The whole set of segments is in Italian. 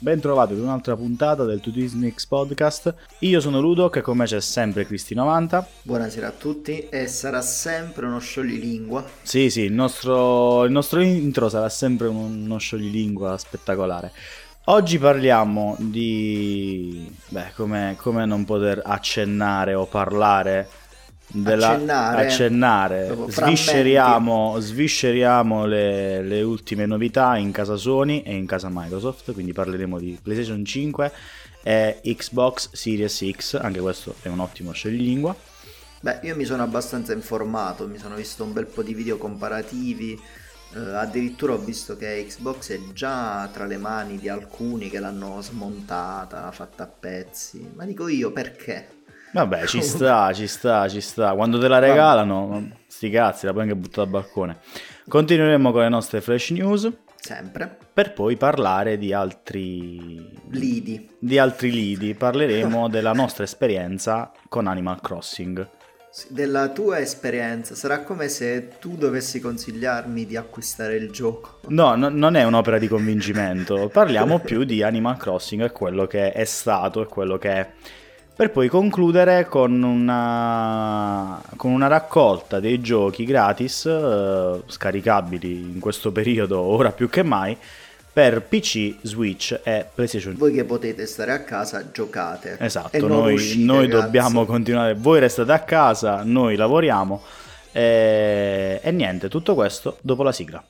Ben trovati ad un'altra puntata del Tutismix Podcast. Io sono Ludoc e con me c'è sempre Cristi90. Buonasera a tutti e sarà sempre uno scioglilingua. Sì, il nostro intro sarà sempre uno scioglilingua spettacolare. Oggi parliamo di... come non poter accennare o parlare... accennare. Svisceriamo le ultime novità in casa Sony e in casa Microsoft, quindi parleremo di PlayStation 5 e Xbox Series X, anche questo è un ottimo scioglilingua. Io mi sono abbastanza informato, mi sono visto un bel po' di video comparativi, addirittura ho visto che Xbox è già tra le mani di alcuni che l'hanno smontata, fatta a pezzi, ma dico io perché? Vabbè, ci sta. Quando te la regalano, sti cazzi, la puoi anche buttare dal balcone. Continueremo con le nostre flash news. Sempre. Per poi parlare di altri lidi. Parleremo della nostra esperienza con Animal Crossing. Della tua esperienza, sarà come se tu dovessi consigliarmi di acquistare il gioco. No, non è un'opera di convincimento. Parliamo più di Animal Crossing e quello che è stato e quello che è. Per poi concludere con una raccolta dei giochi gratis scaricabili in questo periodo, ora più che mai, per PC, Switch e PlayStation. Voi che potete stare a casa, giocate. Esatto, noi dobbiamo continuare. Voi restate a casa, noi lavoriamo e niente, tutto questo dopo la sigla.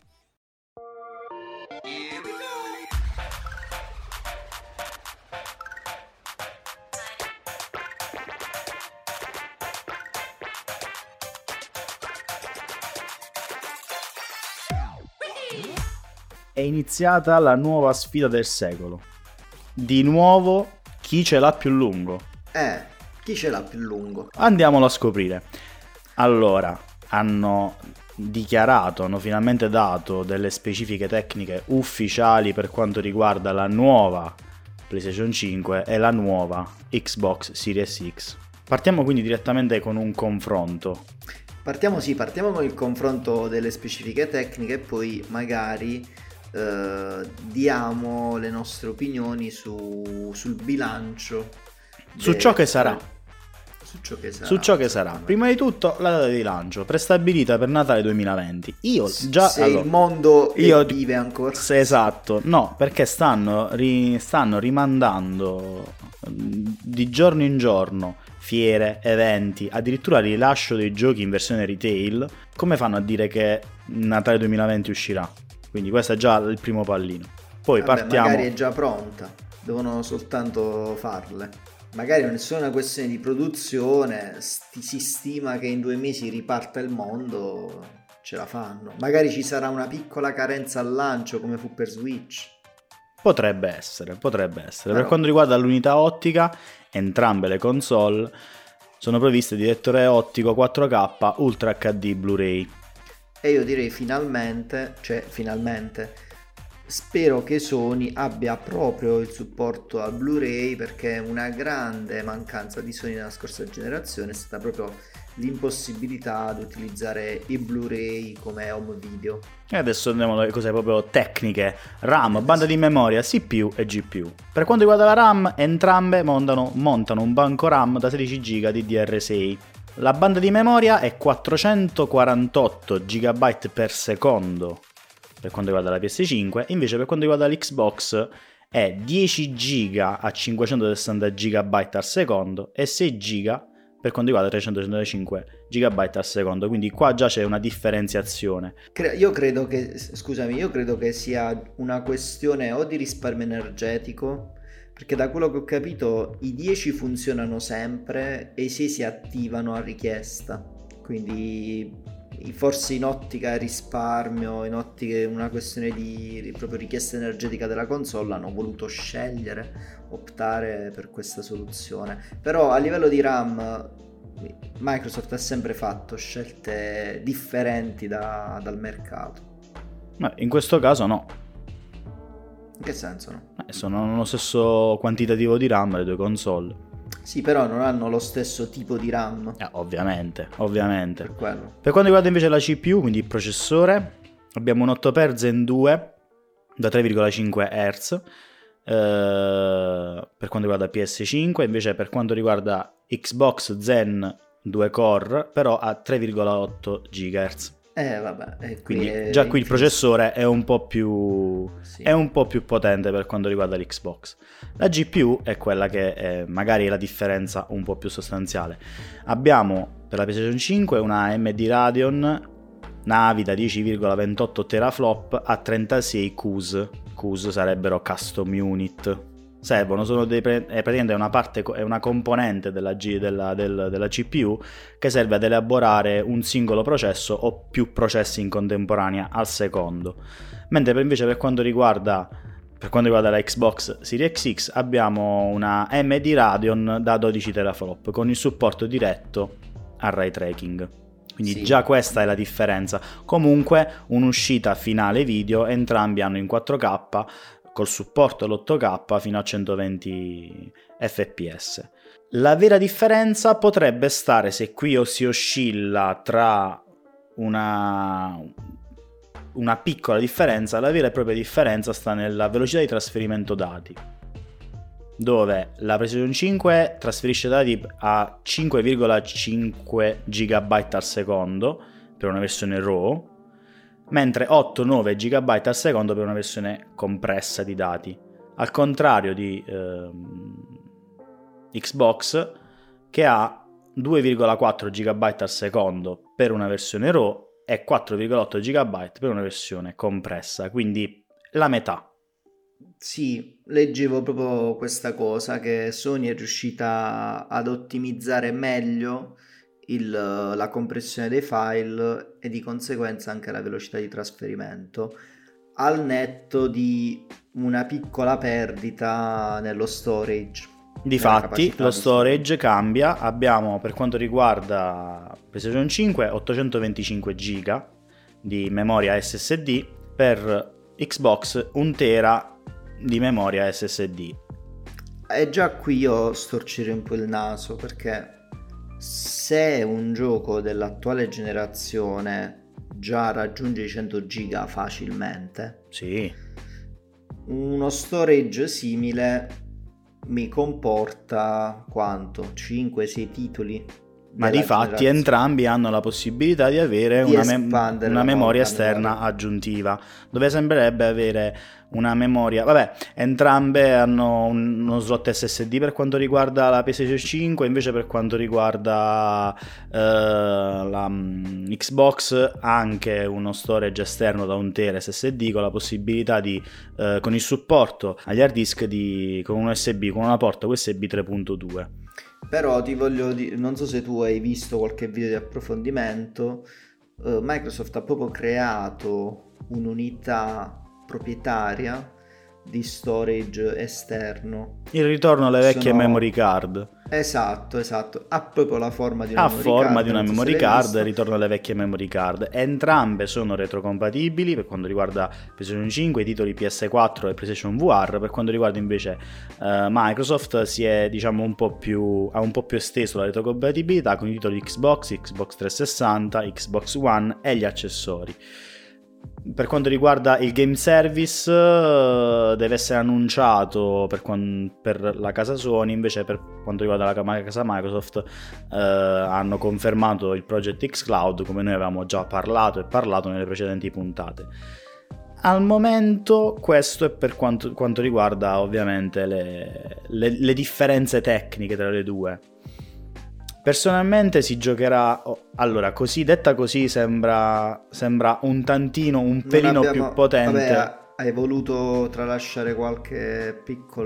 È iniziata la nuova sfida del secolo. Di nuovo, chi ce l'ha più lungo? Chi ce l'ha più lungo? Andiamolo a scoprire. Allora, hanno finalmente dato delle specifiche tecniche ufficiali per quanto riguarda la nuova PlayStation 5 e la nuova Xbox Series X. Partiamo quindi direttamente con un confronto. Partiamo con il confronto delle specifiche tecniche e poi magari diamo le nostre opinioni sul bilancio. Su ciò che sarà. Su ciò che sarà. Prima di tutto la data di lancio prestabilita per Natale 2020. Il mondo vive ancora. Esatto, no, perché stanno rimandando di giorno in giorno fiere, eventi, addirittura rilascio dei giochi in versione retail. Come fanno a dire che Natale 2020 uscirà? Quindi questo è già il primo pallino. Poi partiamo. Magari è già pronta, devono soltanto farle. Magari non è solo una questione di produzione, si stima che in 2 mesi riparta il mondo, ce la fanno. Magari ci sarà una piccola carenza al lancio come fu per Switch. Potrebbe essere. Però... Per quanto riguarda l'unità ottica, entrambe le console sono provviste di lettore ottico 4K Ultra HD Blu-ray. E io direi finalmente, spero che Sony abbia proprio il supporto al Blu-ray, perché una grande mancanza di Sony nella scorsa generazione è stata proprio l'impossibilità di utilizzare i Blu-ray come home video. E adesso andiamo alle cose proprio tecniche. RAM, banda di memoria, CPU e GPU. Per quanto riguarda la RAM, entrambe montano un banco RAM da 16 GB DDR6. La banda di memoria è 448 GB per secondo per quanto riguarda la PS5, invece per quanto riguarda l'Xbox è 10 GB a 560 GB al secondo e 6 GB per quanto riguarda 365 GB al secondo, quindi qua già c'è una differenziazione. Io credo che sia una questione o di risparmio energetico, perché da quello che ho capito i 10 funzionano sempre e i 6 si attivano a richiesta, quindi forse in ottica risparmio, in ottica una questione di proprio richiesta energetica della console, hanno voluto optare per questa soluzione. Però a livello di RAM Microsoft ha sempre fatto scelte differenti dal mercato. Ma in questo caso no. In che senso no? Sono lo stesso quantitativo di RAM le due console. Sì, però non hanno lo stesso tipo di RAM. Ovviamente. Per quello. Per quanto riguarda invece la CPU, quindi il processore, abbiamo un 8 x Zen 2 da 3,5 Hz, per quanto riguarda PS5, invece per quanto riguarda Xbox Zen 2 core però a 3,8 GHz. Vabbè, Quindi già qui il processore è un po' più Sì. è un po' più potente per quanto riguarda l'Xbox. La GPU è quella che è magari la differenza un po' più sostanziale. Abbiamo per la PlayStation 5 una AMD Radeon Navi da 10,28 teraflop a 36 CUS. CUS sarebbero custom unit. Servono, sono praticamente è una componente della CPU che serve ad elaborare un singolo processo o più processi in contemporanea al secondo. Mentre invece per quanto riguarda la Xbox Series X abbiamo una AMD Radeon da 12 teraflop con il supporto diretto al ray tracking. Quindi Sì. già questa è la differenza. Comunque un'uscita finale video, entrambi hanno in 4K col supporto all'8K fino a 120 fps. La vera differenza potrebbe stare, se qui si oscilla tra una piccola differenza, la vera e propria differenza sta nella velocità di trasferimento dati, dove la PlayStation 5 trasferisce dati a 5,5 GB al secondo per una versione RAW, mentre 8-9 GB al secondo per una versione compressa di dati, al contrario di Xbox che ha 2,4 GB al secondo per una versione RAW e 4,8 GB per una versione compressa, quindi la metà. Sì, leggevo proprio questa cosa, che Sony è riuscita ad ottimizzare meglio la compressione dei file e di conseguenza anche la velocità di trasferimento, al netto di una piccola perdita nello storage. Difatti lo storage cambia. Abbiamo per quanto riguarda PlayStation 5 825 GB di memoria SSD, per Xbox 1 tera di memoria SSD. E già qui io storcere un po' il naso, perché se un gioco dell'attuale generazione già raggiunge i 100 giga facilmente, sì, uno storage simile mi comporta quanto? 5-6 titoli? ma di fatti entrambi hanno la possibilità di avere una memoria esterna aggiuntiva, dove sembrerebbe avere una memoria, entrambe hanno uno slot SSD per quanto riguarda la PlayStation 5, invece per quanto riguarda la Xbox anche uno storage esterno da 1 tera SSD con la possibilità di con il supporto agli hard disk con un USB, con una porta USB 3.2. Però ti voglio dire, non so se tu hai visto qualche video di approfondimento, Microsoft ha proprio creato un'unità proprietaria di storage esterno. Il ritorno alle vecchie memory card. Esatto, ha proprio la forma di una memory card, ritorno alle vecchie memory card. Entrambe sono retrocompatibili per quanto riguarda PlayStation 5, i titoli PS4 e PlayStation VR. Per quanto riguarda invece Microsoft si è ha un po' più esteso la retrocompatibilità con i titoli Xbox, Xbox 360, Xbox One e gli accessori. Per quanto riguarda il game service deve essere annunciato per la casa Sony, invece per quanto riguarda la casa Microsoft hanno confermato il Project Xcloud, come noi avevamo già parlato nelle precedenti puntate. Al momento questo è per quanto riguarda ovviamente le differenze tecniche tra le due. Personalmente si giocherà, allora così detta così sembra un pelino più potente. Vabbè, hai voluto tralasciare qualche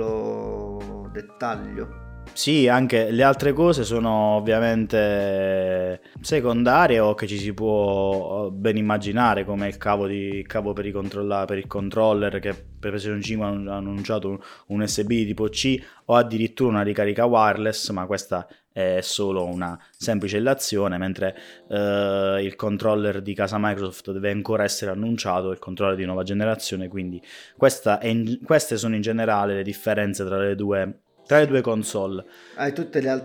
piccolo dettaglio? Sì, anche le altre cose sono ovviamente secondarie o che ci si può ben immaginare, come il cavo per il controller, che per PlayStation 5 hanno annunciato un USB di tipo C o addirittura una ricarica wireless, ma questa è solo una semplice illazione, mentre il controller di casa Microsoft deve ancora essere annunciato, il controller di nuova generazione, quindi queste sono in generale le differenze tra le due console. Tutte le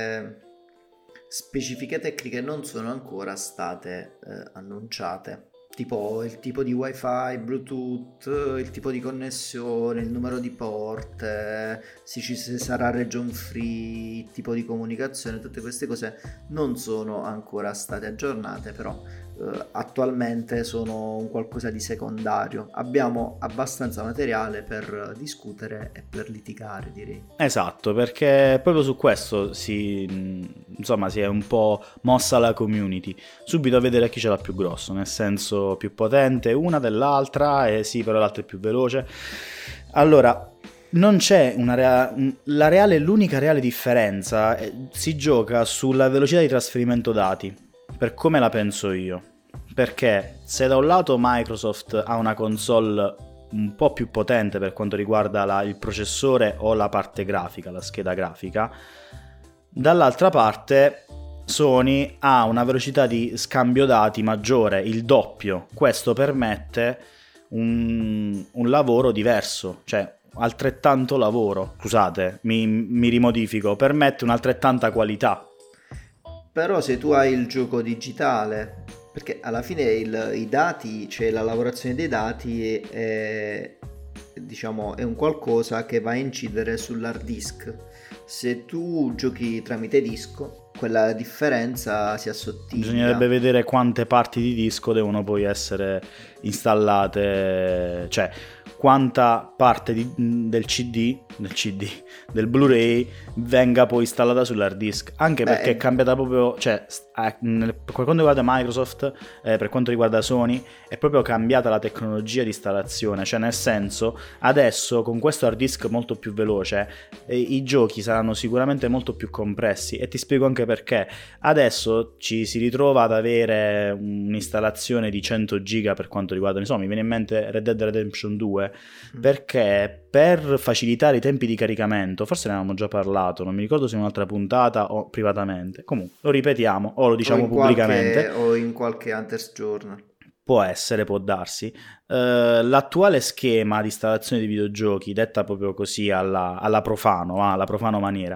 altre specifiche tecniche non sono ancora state annunciate. tipo il tipo di wifi, Bluetooth, il tipo di connessione, il numero di porte, se sarà region free, il tipo di comunicazione, tutte queste cose non sono ancora state aggiornate, però attualmente sono un qualcosa di secondario. Abbiamo abbastanza materiale per discutere e per litigare, direi. Esatto, perché proprio su questo insomma, si è un po' mossa la community. Subito a vedere chi ce l'ha più grosso, nel senso più potente una dell'altra, e sì, però l'altra è più veloce. Allora, non c'è l'unica reale differenza si gioca sulla velocità di trasferimento dati, per come la penso io. Perché se da un lato Microsoft ha una console un po' più potente per quanto riguarda il processore o la parte grafica, la scheda grafica, dall'altra parte Sony ha una velocità di scambio dati maggiore, il doppio. Questo permette un lavoro diverso, cioè altrettanto lavoro, scusate, mi rimodifico, permette un'altrettanta qualità. Però se tu hai il gioco digitale, perché alla fine i dati, cioè la lavorazione dei dati è, diciamo, è un qualcosa che va a incidere sull'hard disk. Se tu giochi tramite disco, quella differenza si assottiglia. Bisognerebbe vedere quante parti di disco devono poi essere installate, cioè quanta parte del del Blu-ray venga poi installata sull'hard disk, anche perché è cambiata proprio, cioè per quanto riguarda Microsoft, per quanto riguarda Sony, è proprio cambiata la tecnologia di installazione, cioè nel senso adesso con questo hard disk molto più veloce i giochi saranno sicuramente molto più compressi, e ti spiego anche perché. Adesso ci si ritrova ad avere un'installazione di 100 giga per quanto riguarda, insomma, mi viene in mente Red Dead Redemption 2, perché per facilitare i tempi di caricamento, forse ne avevamo già parlato, non mi ricordo se in un'altra puntata o privatamente, comunque lo ripetiamo o lo diciamo pubblicamente, o in qualche Hunter's Journal. Può essere, può darsi. L'attuale schema di installazione di videogiochi, detta proprio così alla profano maniera,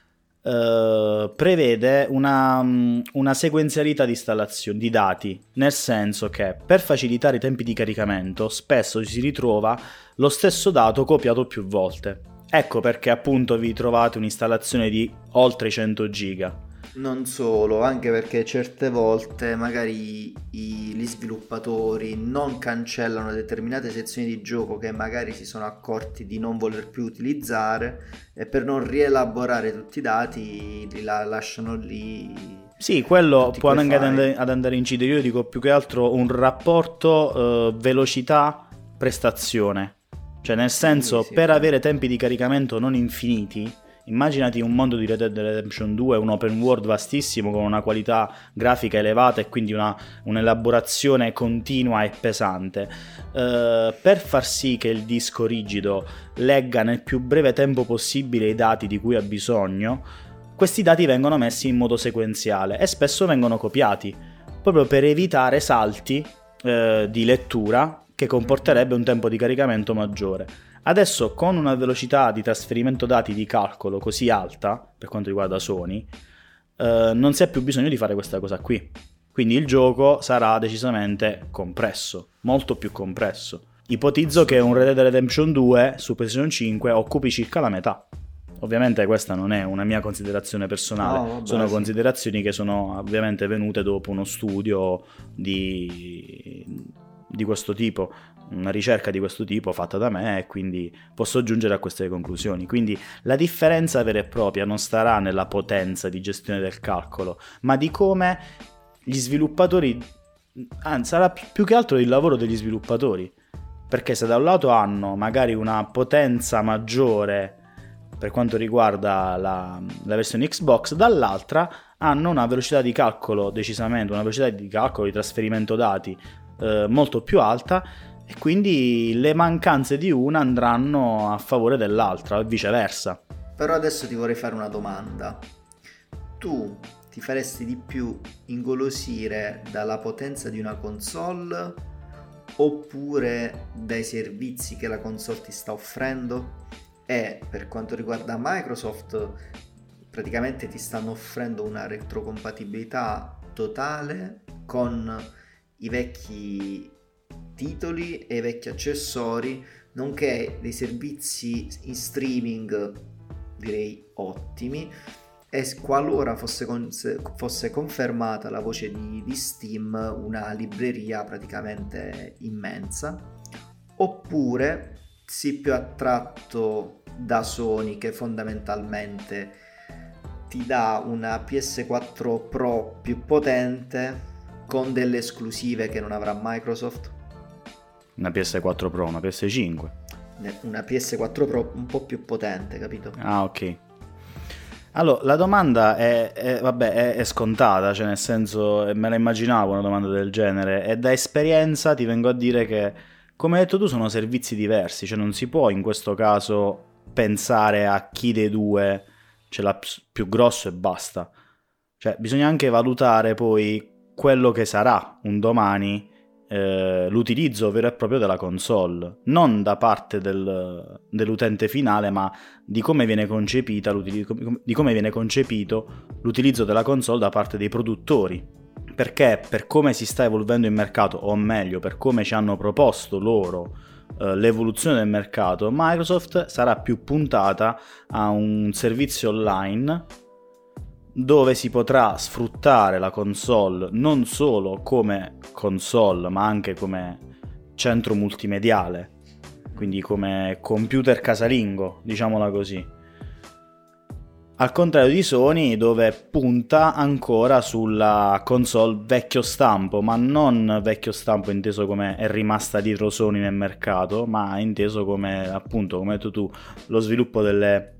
prevede una sequenzialità di installazione di dati, nel senso che per facilitare i tempi di caricamento spesso si ritrova lo stesso dato copiato più volte. Ecco perché appunto vi trovate un'installazione di oltre 100 giga. Non solo, anche perché certe volte magari gli sviluppatori non cancellano determinate sezioni di gioco che magari si sono accorti di non voler più utilizzare, e per non rielaborare tutti i dati li lasciano lì. Sì, quello può anche ad andare a incidere. Io dico più che altro un rapporto velocità-prestazione. Cioè nel senso, sì, per avere tempi di caricamento non infiniti, immaginati un mondo di Red Dead Redemption 2, un open world vastissimo con una qualità grafica elevata e quindi un'elaborazione continua e pesante. Per far sì che il disco rigido legga nel più breve tempo possibile i dati di cui ha bisogno, questi dati vengono messi in modo sequenziale e spesso vengono copiati, proprio per evitare salti di lettura che comporterebbe un tempo di caricamento maggiore. Adesso, con una velocità di trasferimento dati di calcolo così alta, per quanto riguarda Sony, non si ha più bisogno di fare questa cosa qui. Quindi il gioco sarà decisamente compresso, molto più compresso. Ipotizzo che un Red Dead Redemption 2 su PlayStation 5 occupi circa la metà. Ovviamente questa non è una mia considerazione personale, sono considerazioni che sono ovviamente venute dopo uno studio di questo tipo, una ricerca di questo tipo fatta da me, e quindi posso giungere a queste conclusioni. Quindi la differenza vera e propria non starà nella potenza di gestione del calcolo, ma di come gli sviluppatori, anzi sarà più che altro il lavoro degli sviluppatori, perché se da un lato hanno magari una potenza maggiore per quanto riguarda la versione Xbox, dall'altra hanno una velocità di calcolo decisamente, una velocità di calcolo di trasferimento dati molto più alta, e quindi le mancanze di una andranno a favore dell'altra e viceversa. Però adesso ti vorrei fare una domanda. Tu ti faresti di più ingolosire dalla potenza di una console oppure dai servizi che la console ti sta offrendo? E per quanto riguarda Microsoft, praticamente ti stanno offrendo una retrocompatibilità totale con i vecchi titoli e i vecchi accessori, nonché dei servizi in streaming direi ottimi, e qualora fosse confermata la voce di Steam, una libreria praticamente immensa. Oppure sii più attratto da Sony, che fondamentalmente ti dà una PS4 Pro più potente con delle esclusive che non avrà Microsoft. Una PS4 Pro, una PS5. Una PS4 Pro un po' più potente, capito? Ah, ok. Allora, la domanda è scontata, cioè nel senso, me la immaginavo una domanda del genere, e da esperienza ti vengo a dire che, come hai detto tu, sono servizi diversi, cioè non si può in questo caso pensare a chi dei due ce l'ha più grosso e basta. Cioè bisogna anche valutare poi quello che sarà un domani l'utilizzo vero e proprio della console, non da parte dell'utente finale, ma di come viene concepita di come viene concepito l'utilizzo della console da parte dei produttori, perché per come si sta evolvendo il mercato, o meglio per come ci hanno proposto loro l'evoluzione del mercato, Microsoft sarà più puntata a un servizio online dove si potrà sfruttare la console non solo come console, ma anche come centro multimediale, quindi come computer casalingo, diciamola così. Al contrario di Sony, dove punta ancora sulla console vecchio stampo, ma non vecchio stampo inteso come è rimasta dietro Sony nel mercato, ma inteso come, appunto, come hai detto tu, lo sviluppo delle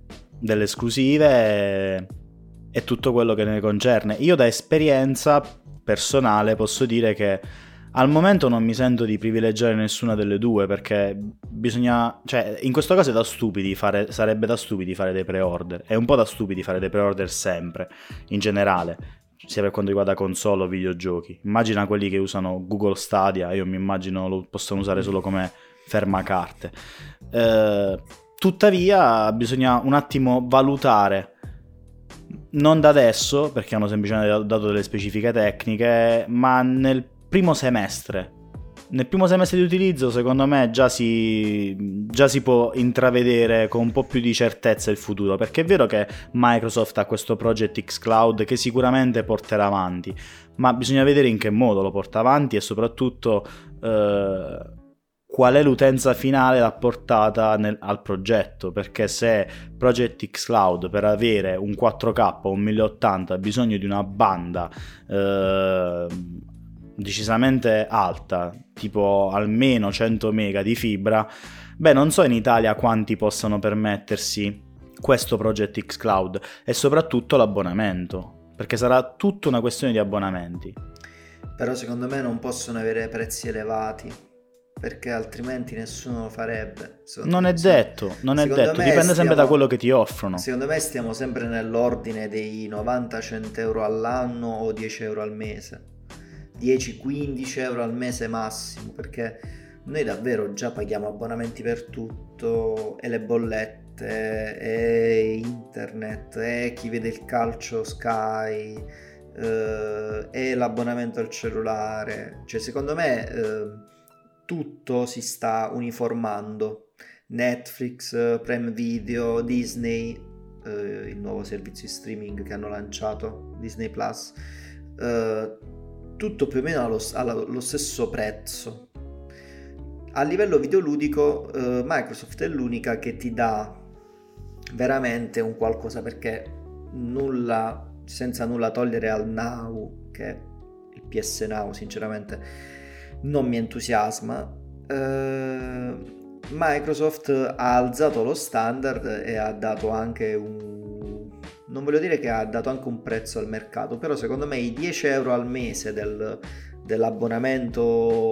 esclusive e tutto quello che ne concerne. Io da esperienza personale posso dire che al momento non mi sento di privilegiare nessuna delle due, perché bisogna, cioè in questo caso è da stupidi sarebbe da stupidi fare dei pre-order, è un po' da stupidi fare dei pre-order sempre, in generale, sia per quanto riguarda console o videogiochi. Immagina quelli che usano Google Stadia, io mi immagino lo possono usare solo come fermacarte. Tuttavia bisogna un attimo valutare, non da adesso, perché hanno semplicemente dato delle specifiche tecniche, ma nel primo semestre di utilizzo, secondo me già si può intravedere con un po' più di certezza il futuro, perché è vero che Microsoft ha questo Project X Cloud che sicuramente porterà avanti, ma bisogna vedere in che modo lo porta avanti e soprattutto qual è l'utenza finale rapportata al progetto, perché se Project X Cloud per avere un 4K o un 1080 ha bisogno di una banda decisamente alta, tipo almeno 100 mega di fibra, beh, non so in Italia quanti possano permettersi questo Project X Cloud, e soprattutto l'abbonamento, perché sarà tutta una questione di abbonamenti. Però secondo me non possono avere prezzi elevati, perché altrimenti nessuno lo farebbe. Non è detto, dipende sempre da quello che ti offrono. Secondo me stiamo sempre nell'ordine dei 90-100 euro all'anno o 10 euro al mese. 10-15 euro al mese massimo, perché noi davvero già paghiamo abbonamenti per tutto, e le bollette, e internet, e chi vede il calcio Sky, e l'abbonamento al cellulare. Cioè secondo me tutto si sta uniformando. Netflix, Prime Video, Disney, il nuovo servizio di streaming che hanno lanciato, Disney Plus, tutto più o meno allo stesso prezzo. A livello videoludico Microsoft è l'unica che ti dà veramente un qualcosa, perché senza nulla togliere al Now, che il PS Now sinceramente non mi entusiasma, Microsoft ha alzato lo standard e ha dato anche non voglio dire che ha dato anche un prezzo al mercato, però secondo me i 10 euro al mese dell'abbonamento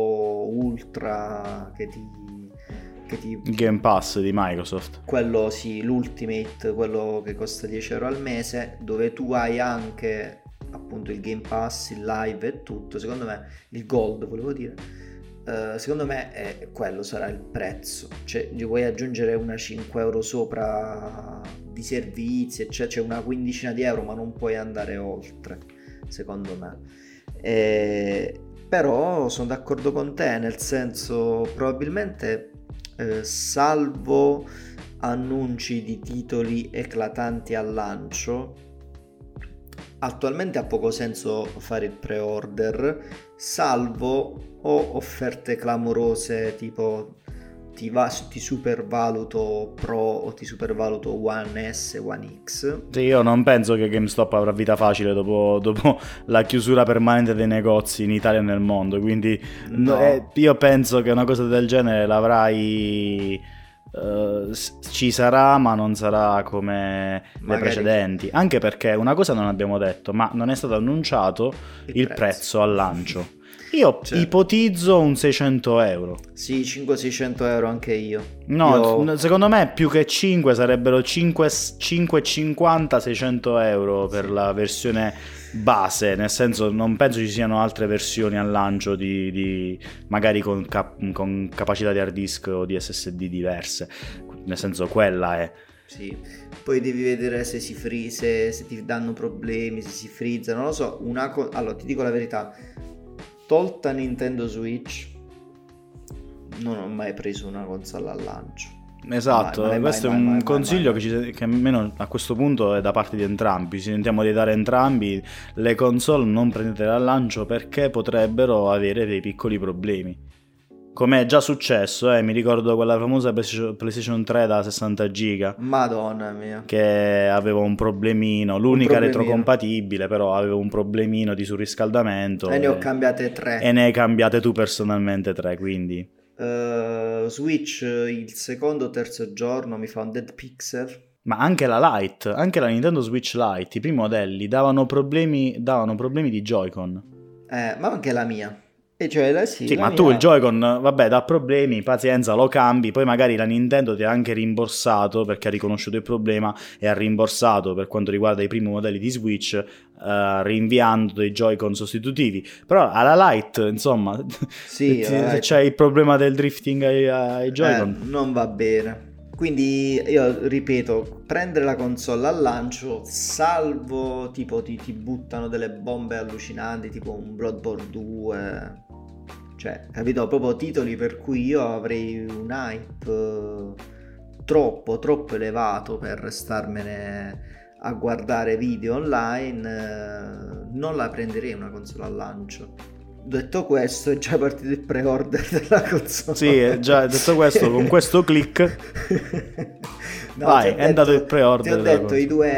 ultra che ti Game Pass di Microsoft, quello sì, l'Ultimate, quello che costa 10 euro al mese, dove tu hai anche appunto il Game Pass, il live e tutto, secondo me il Gold volevo dire, secondo me quello sarà il prezzo. Cioè gli vuoi aggiungere una 5 euro sopra di servizi, c'è una quindicina di euro, ma non puoi andare oltre, secondo me. Però sono d'accordo con te, nel senso, probabilmente salvo annunci di titoli eclatanti al lancio, attualmente ha poco senso fare il pre-order, salvo o offerte clamorose tipo ti supervaluto Pro o ti supervaluto One S, One X. Sì, io non penso che GameStop avrà vita facile dopo la chiusura permanente dei negozi in Italia e nel mondo, quindi No. io penso che una cosa del genere l'avrai, ci sarà, ma non sarà come le Magari precedenti, anche perché una cosa non abbiamo detto, ma non è stato annunciato il prezzo al lancio. Io Cioè, ipotizzo un 600 euro. sì, 500-600 euro anche io. No, secondo me più che 5 sarebbero 5,50-600 euro per Sì. la versione base, nel senso non penso ci siano altre versioni al lancio magari con capacità di hard disk o di SSD diverse, nel senso quella è. Sì, poi devi vedere se si se ti danno problemi, se si frizza, non lo so. Allora, ti dico la verità, tolta Nintendo Switch, non ho mai preso una console al lancio. Esatto, Mai, questo è mai, un mai, consiglio mai. che almeno a questo punto è da parte di entrambi. Ci sentiamo di dare entrambi le console, non prendetele al lancio perché potrebbero avere dei piccoli problemi. Come è già successo, mi ricordo quella famosa PlayStation 3 da 60 giga Madonna mia. che aveva un problemino, l'unica problemino. retrocompatibile, però aveva un problemino di surriscaldamento E ne ho cambiate 3. e ne hai cambiate tu personalmente 3, quindi Switch il secondo o terzo giorno mi fa un dead pixel. ma anche la Lite, anche la Nintendo Switch Lite, i primi modelli davano problemi di Joy-Con. Ma anche la mia. E cioè, Sì, la ma mia... tu il Joy-Con, vabbè, dà problemi, pazienza, lo cambi, poi magari la Nintendo ti ha anche rimborsato perché ha riconosciuto il problema e ha rimborsato per quanto riguarda i primi modelli di Switch, rinviando dei Joy-Con sostitutivi. Però alla Lite, insomma, Sì, se c'è il problema del drifting ai Joy-Con... non va bene. Quindi io ripeto, prendere la console al lancio, salvo tipo ti buttano delle bombe allucinanti, tipo un Bloodborne 2, cioè, capito? Proprio titoli per cui io avrei un hype troppo elevato per starmene a guardare video online, non la prenderei una console al lancio. Detto questo, è già partito il pre-order della console. Sì, è già detto questo, con questo click No, vai, è andato il pre-order. Ti ho detto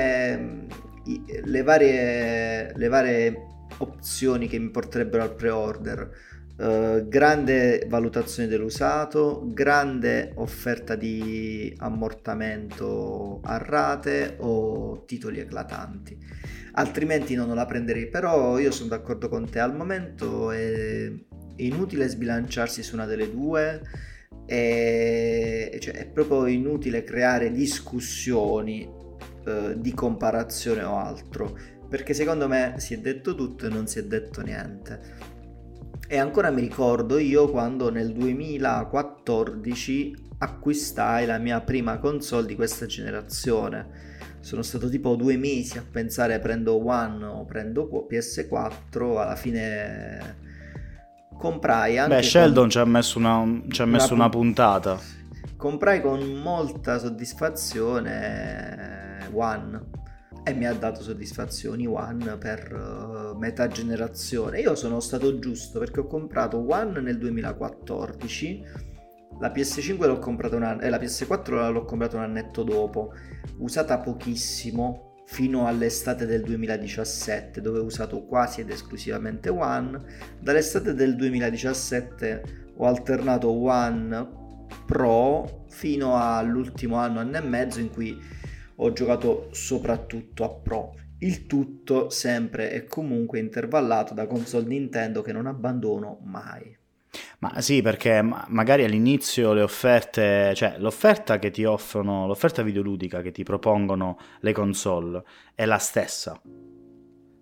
le varie opzioni che mi porterebbero al pre-order. Grande valutazione dell'usato, grande offerta di ammortamento a rate o titoli eclatanti, altrimenti non la prenderei. Però io sono d'accordo con te, al momento è inutile sbilanciarsi su una delle due, cioè, è proprio inutile creare discussioni di comparazione o altro, perché secondo me si è detto tutto e non si è detto niente. E ancora mi ricordo io quando nel 2014 acquistai la mia prima console di questa generazione. Sono stato tipo 2 mesi a pensare prendo One o prendo PS4, alla fine comprai anche... Beh, Sheldon ci ha messo una puntata. Comprai con molta soddisfazione One. E mi ha dato soddisfazioni One per metà generazione. Io sono stato giusto perché ho comprato One nel 2014, la PS5 l'ho comprata la PS4 l'ho comprata un annetto dopo, usata pochissimo fino all'estate del 2017, dove ho usato quasi ed esclusivamente One. Dall'estate del 2017 ho alternato One Pro fino all'ultimo anno e mezzo in cui ho giocato soprattutto a Pro, il tutto sempre e comunque intervallato da console Nintendo che non abbandono mai. Ma sì, perché magari all'inizio le offerte, cioè l'offerta che ti offrono, l'offerta videoludica che ti propongono le console è la stessa.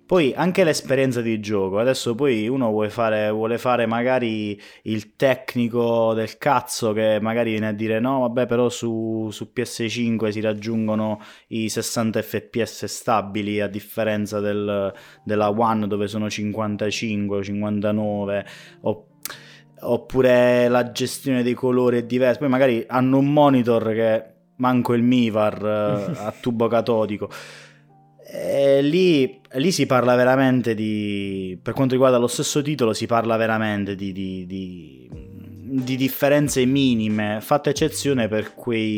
Poi anche l'esperienza di gioco, adesso poi uno vuole fare magari il tecnico del cazzo che magari viene a dire no, vabbè, però su PS5 si raggiungono i 60 fps stabili a differenza della One dove sono 55 o 59, oppure la gestione dei colori è diversa, poi magari hanno un monitor che manco il Mivar a tubo catodico. Lì si parla veramente per quanto riguarda lo stesso titolo, si parla veramente di differenze minime, fatta eccezione per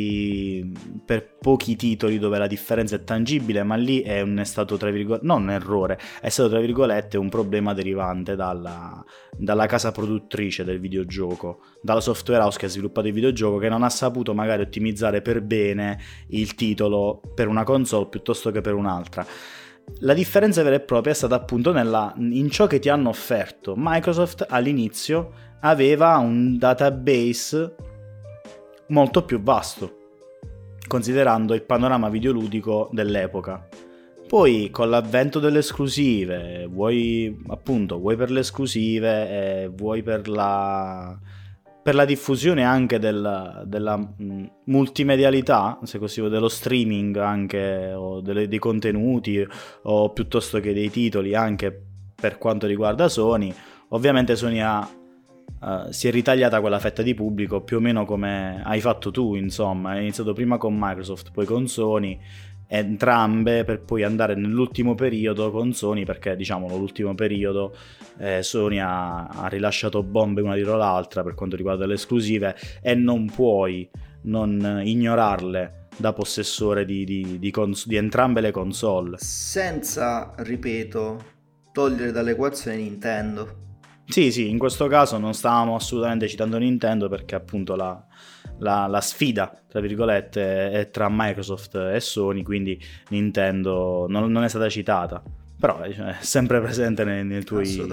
pochi titoli dove la differenza è tangibile, ma lì è stato non un errore, è stato tra virgolette un problema derivante dalla casa produttrice del videogioco, dalla software house che ha sviluppato il videogioco, che non ha saputo magari ottimizzare per bene il titolo per una console piuttosto che per un'altra. La differenza vera e propria è stata appunto in ciò che ti hanno offerto. Microsoft all'inizio aveva un database molto più vasto, considerando il panorama videoludico dell'epoca. Poi con l'avvento delle esclusive, vuoi per le esclusive, vuoi per la diffusione anche della multimedialità, se così, dello streaming anche, o dei contenuti, o piuttosto che dei titoli anche per quanto riguarda Sony, ovviamente Sony si è ritagliata quella fetta di pubblico più o meno come hai fatto tu, insomma, hai iniziato prima con Microsoft, poi con Sony, entrambe per poi andare nell'ultimo periodo con Sony, perché diciamolo, l'ultimo periodo Sony ha rilasciato bombe una dietro l'altra per quanto riguarda le esclusive, e non puoi non ignorarle da possessore di entrambe le console, senza, ripeto, togliere dall'equazione Nintendo. Sì, in questo caso non stavamo assolutamente citando Nintendo, perché appunto la sfida, tra virgolette, è tra Microsoft e Sony, quindi Nintendo non è stata citata, però è sempre presente nel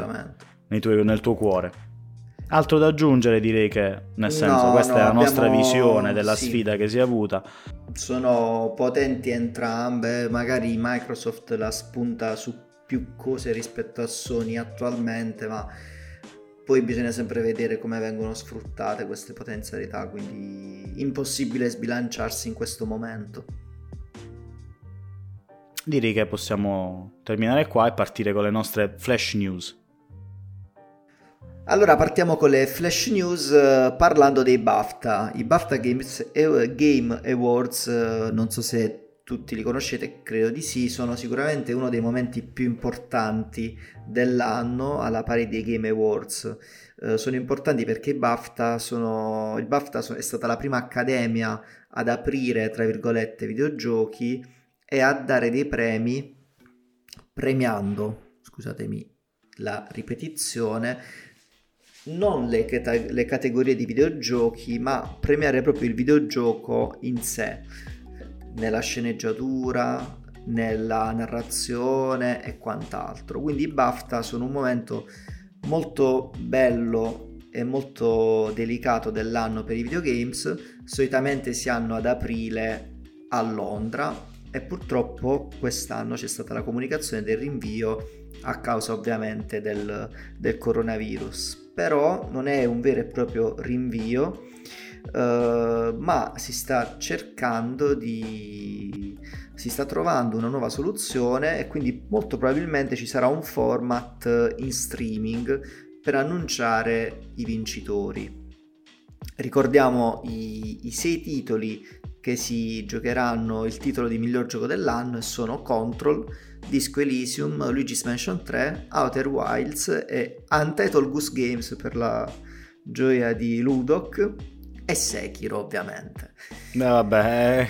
tuo cuore. Altro da aggiungere? Direi che, nel senso, questa è la nostra visione della sfida che si è avuta. Sono potenti entrambe, magari Microsoft la spunta su più cose rispetto a Sony attualmente, ma poi bisogna sempre vedere come vengono sfruttate queste potenzialità, quindi impossibile sbilanciarsi in questo momento. Direi che possiamo terminare qua e partire con le nostre flash news. Allora partiamo con le flash news parlando dei BAFTA. I BAFTA Game Awards, non so se tutti li conoscete, credo di sì, sono sicuramente uno dei momenti più importanti dell'anno, alla pari dei Game Awards. Sono importanti perché il BAFTA è stata la prima accademia ad aprire, tra virgolette, videogiochi e a dare dei premi premiando, scusatemi la ripetizione, non le categorie di videogiochi, ma premiare proprio il videogioco in sé, nella sceneggiatura, nella narrazione e quant'altro. Quindi i BAFTA sono un momento molto bello e molto delicato dell'anno per i videogames. Solitamente si hanno ad aprile a Londra e purtroppo quest'anno c'è stata la comunicazione del rinvio a causa ovviamente del coronavirus. Però non è un vero e proprio rinvio, ma si sta trovando una nuova soluzione, e quindi molto probabilmente ci sarà un format in streaming per annunciare i vincitori. Ricordiamo i 6 titoli che si giocheranno il titolo di miglior gioco dell'anno, e sono Control, Disco Elysium, Luigi's Mansion 3, Outer Wilds e Untitled Goose Games per la gioia di Ludok, e Sekiro ovviamente. Vabbè,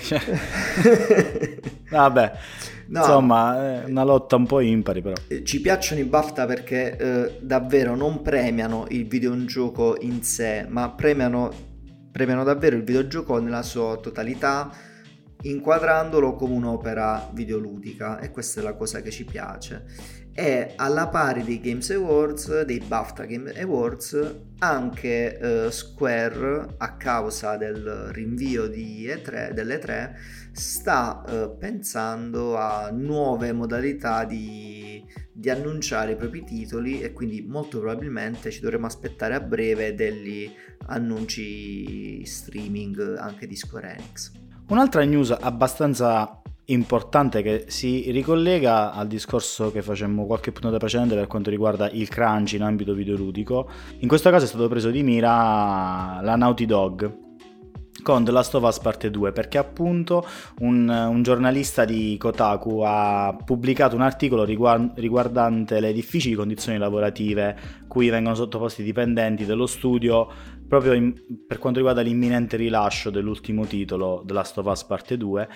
no, insomma, è una lotta un po' impari, però. Ci piacciono i BAFTA perché davvero non premiano il videogioco in sé, ma premiano davvero il videogioco nella sua totalità, inquadrandolo come un'opera videoludica, e questa è la cosa che ci piace. E alla pari dei Games Awards, dei BAFTA Game Awards, anche Square, a causa del rinvio delle 3, sta pensando a nuove modalità di annunciare i propri titoli, e quindi molto probabilmente ci dovremo aspettare a breve degli annunci streaming anche di Square Enix. Un'altra news abbastanza importante che si ricollega al discorso che facemmo qualche puntata precedente per quanto riguarda il crunch in ambito videoludico. In questo caso è stato preso di mira la Naughty Dog con The Last of Us Parte 2, perché appunto un giornalista di Kotaku ha pubblicato un articolo riguardante le difficili condizioni lavorative cui vengono sottoposti i dipendenti dello studio proprio per quanto riguarda l'imminente rilascio dell'ultimo titolo, The Last of Us Parte 2,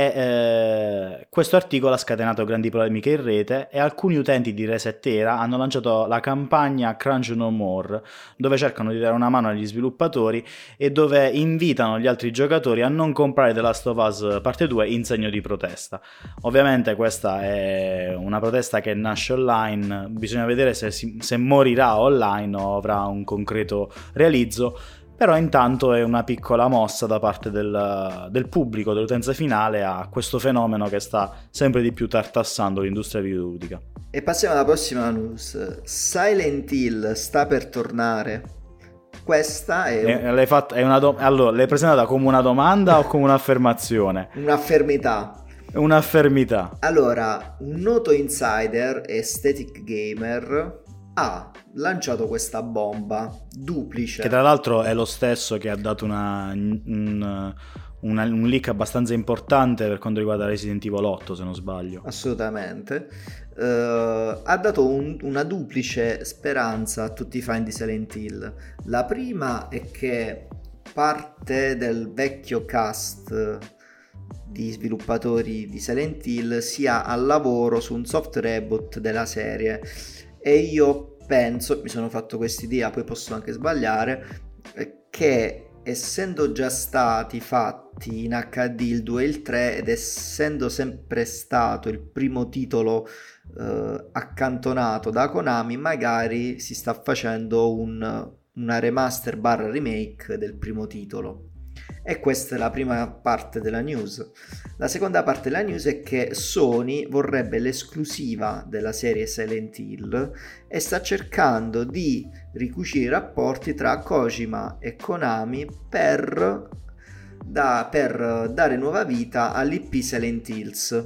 e questo articolo ha scatenato grandi polemiche in rete, e alcuni utenti di Resetera hanno lanciato la campagna Crunch No More, dove cercano di dare una mano agli sviluppatori e dove invitano gli altri giocatori a non comprare The Last of Us Parte 2 in segno di protesta. Ovviamente questa è una protesta che nasce online, bisogna vedere se morirà online o avrà un concreto realizzo. Però intanto è una piccola mossa da parte del pubblico, dell'utenza finale, a questo fenomeno che sta sempre di più tartassando l'industria videoludica. E passiamo alla prossima news. Silent Hill sta per tornare. Questa è allora, l'hai presentata come una domanda o come un'affermazione? Un'affermità. Un'affermità. Allora, un noto insider, Aesthetic Gamer, ha lanciato questa bomba duplice, che tra l'altro è lo stesso che ha dato un leak abbastanza importante per quanto riguarda Resident Evil 8, se non sbaglio. Assolutamente. Ha dato una duplice speranza a tutti i fan di Silent Hill. La prima è che parte del vecchio cast di sviluppatori di Silent Hill sia al lavoro su un soft reboot della serie, e io penso, mi sono fatto quest'idea, poi posso anche sbagliare, che essendo già stati fatti in HD il 2 e il 3, ed essendo sempre stato il primo titolo accantonato da Konami, magari si sta facendo una remaster / remake del primo titolo. E questa è la prima parte della news. La seconda parte della news è che Sony vorrebbe l'esclusiva della serie Silent Hill e sta cercando di ricucire i rapporti tra Kojima e Konami per dare nuova vita all'IP Silent Hills.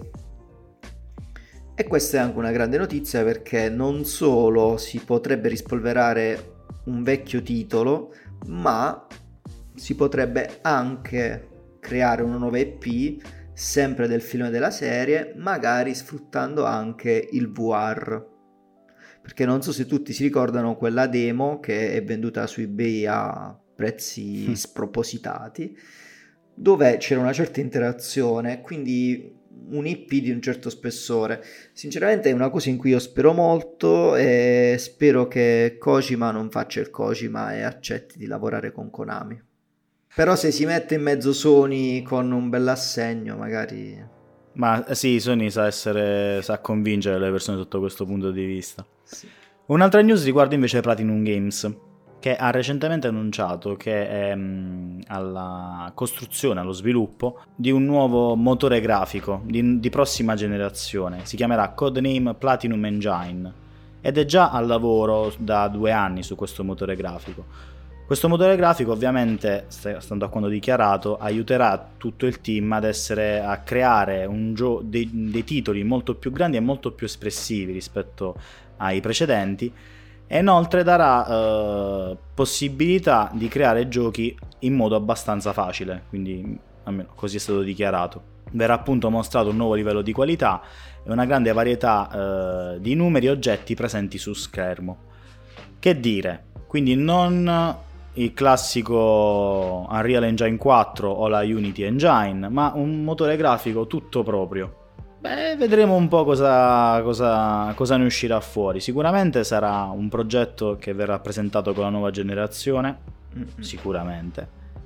E questa è anche una grande notizia, perché non solo si potrebbe rispolverare un vecchio titolo, ma si potrebbe anche creare una nuova EP sempre del film della serie, magari sfruttando anche il VR, perché non so se tutti si ricordano quella demo che è venduta su eBay a prezzi spropositati, dove c'era una certa interazione, quindi un IP di un certo spessore. Sinceramente è una cosa in cui io spero molto, e spero che Kojima non faccia il Kojima e accetti di lavorare con Konami. Però se si mette in mezzo Sony con un bell'assegno, magari... Ma sì, Sony sa convincere le persone sotto questo punto di vista. Sì. Un'altra news riguarda invece Platinum Games, che ha recentemente annunciato che è alla costruzione, allo sviluppo di un nuovo motore grafico di prossima generazione. Si chiamerà codename Platinum Engine ed è già al lavoro da 2 anni su questo motore grafico. Questo motore grafico, ovviamente, stando a quanto dichiarato, aiuterà tutto il team a creare dei titoli molto più grandi e molto più espressivi rispetto ai precedenti, e inoltre darà possibilità di creare giochi in modo abbastanza facile, quindi almeno così è stato dichiarato. Verrà appunto mostrato un nuovo livello di qualità e una grande varietà di numeri e oggetti presenti su schermo. Che dire, quindi non il classico Unreal Engine 4 o la Unity Engine, ma un motore grafico tutto proprio. Beh, vedremo un po' cosa ne uscirà fuori. Sicuramente sarà un progetto che verrà presentato con la nuova generazione, sicuramente.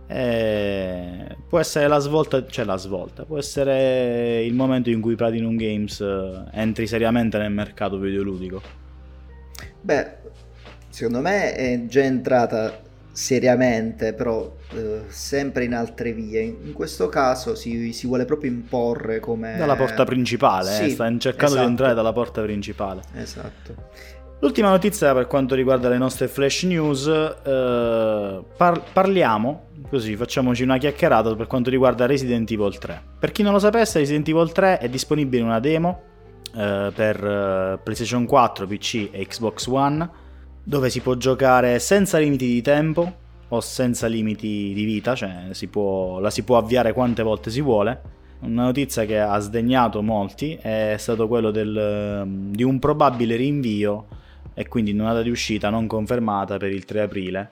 Può essere la svolta, può essere il momento in cui Platinum Games entri seriamente nel mercato videoludico. Beh, secondo me è già entrata seriamente, però sempre in altre vie. In questo caso si vuole proprio imporre come... Dalla porta principale, Sì, sta cercando esatto. di entrare dalla porta principale. Esatto. L'ultima notizia per quanto riguarda le nostre flash news, parliamo, così facciamoci una chiacchierata per quanto riguarda Resident Evil 3. Per chi non lo sapesse, Resident Evil 3 è disponibile in una demo per PlayStation 4, PC e Xbox One, dove si può giocare senza limiti di tempo o senza limiti di vita, cioè la si può avviare quante volte si vuole. Una notizia che ha sdegnato molti è stato quello di un probabile rinvio e quindi una data di uscita non confermata per il 3 aprile,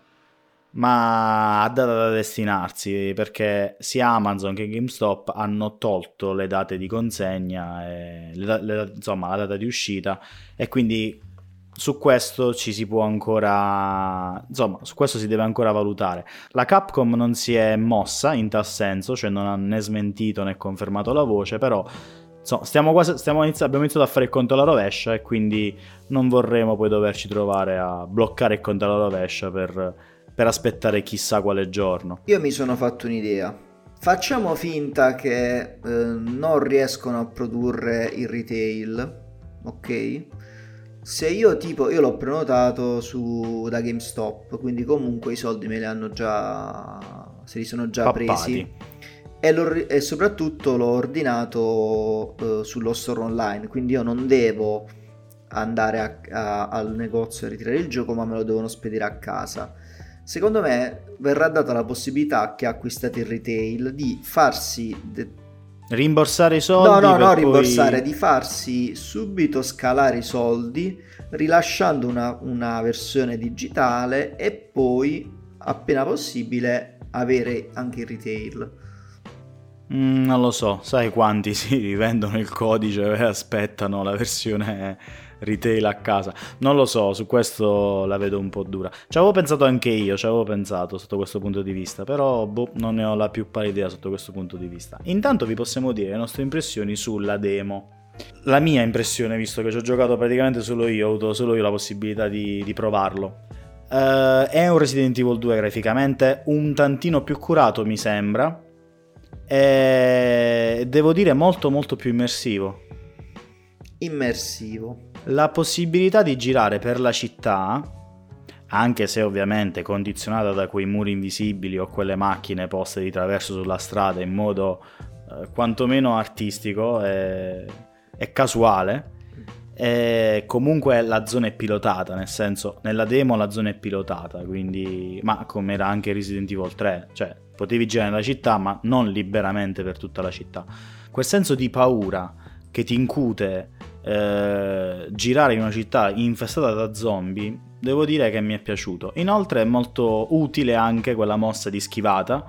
ma a data da destinarsi, perché sia Amazon che GameStop hanno tolto le date di consegna e insomma la data di uscita, e quindi su questo ci si può ancora, insomma, su questo si deve ancora valutare. La Capcom non si è mossa in tal senso, cioè non ha né smentito né confermato la voce, però insomma, abbiamo iniziato a fare il conto alla rovescia, e quindi non vorremmo poi doverci trovare a bloccare il conto alla rovescia per aspettare chissà quale giorno. Io mi sono fatto un'idea. Facciamo finta che non riescono a produrre il retail, ok? Se io l'ho prenotato da GameStop, quindi comunque i soldi se li sono già Pappati. presi, e soprattutto l'ho ordinato sullo store online, quindi io non devo andare al negozio a ritirare il gioco, ma me lo devono spedire a casa. Secondo me verrà data la possibilità a chi ha acquistato il retail di farsi rimborsare i soldi? No, rimborsare, di farsi subito scalare i soldi rilasciando una versione digitale, e poi appena possibile avere anche il retail. Non lo so, sai quanti si rivendono il codice e aspettano la versione retail a casa? Non lo so, su questo la vedo un po' dura. Ci avevo pensato anche io, sotto questo punto di vista, però non ne ho la più pallida idea sotto questo punto di vista. Intanto vi possiamo dire le nostre impressioni sulla demo. La mia impressione, visto che ci ho giocato praticamente solo io, ho avuto solo io la possibilità di provarlo. È un Resident Evil 2 graficamente un tantino più curato, mi sembra, e devo dire molto molto più immersivo. La possibilità di girare per la città, anche se ovviamente condizionata da quei muri invisibili o quelle macchine poste di traverso sulla strada in modo quantomeno artistico e casuale. E comunque la zona è pilotata, nel senso, nella demo la zona è pilotata, quindi, ma come era anche Resident Evil 3, cioè potevi girare nella città ma non liberamente per tutta la città. Quel senso di paura che ti incute girare in una città infestata da zombie, devo dire che mi è piaciuto. Inoltre è molto utile anche quella mossa di schivata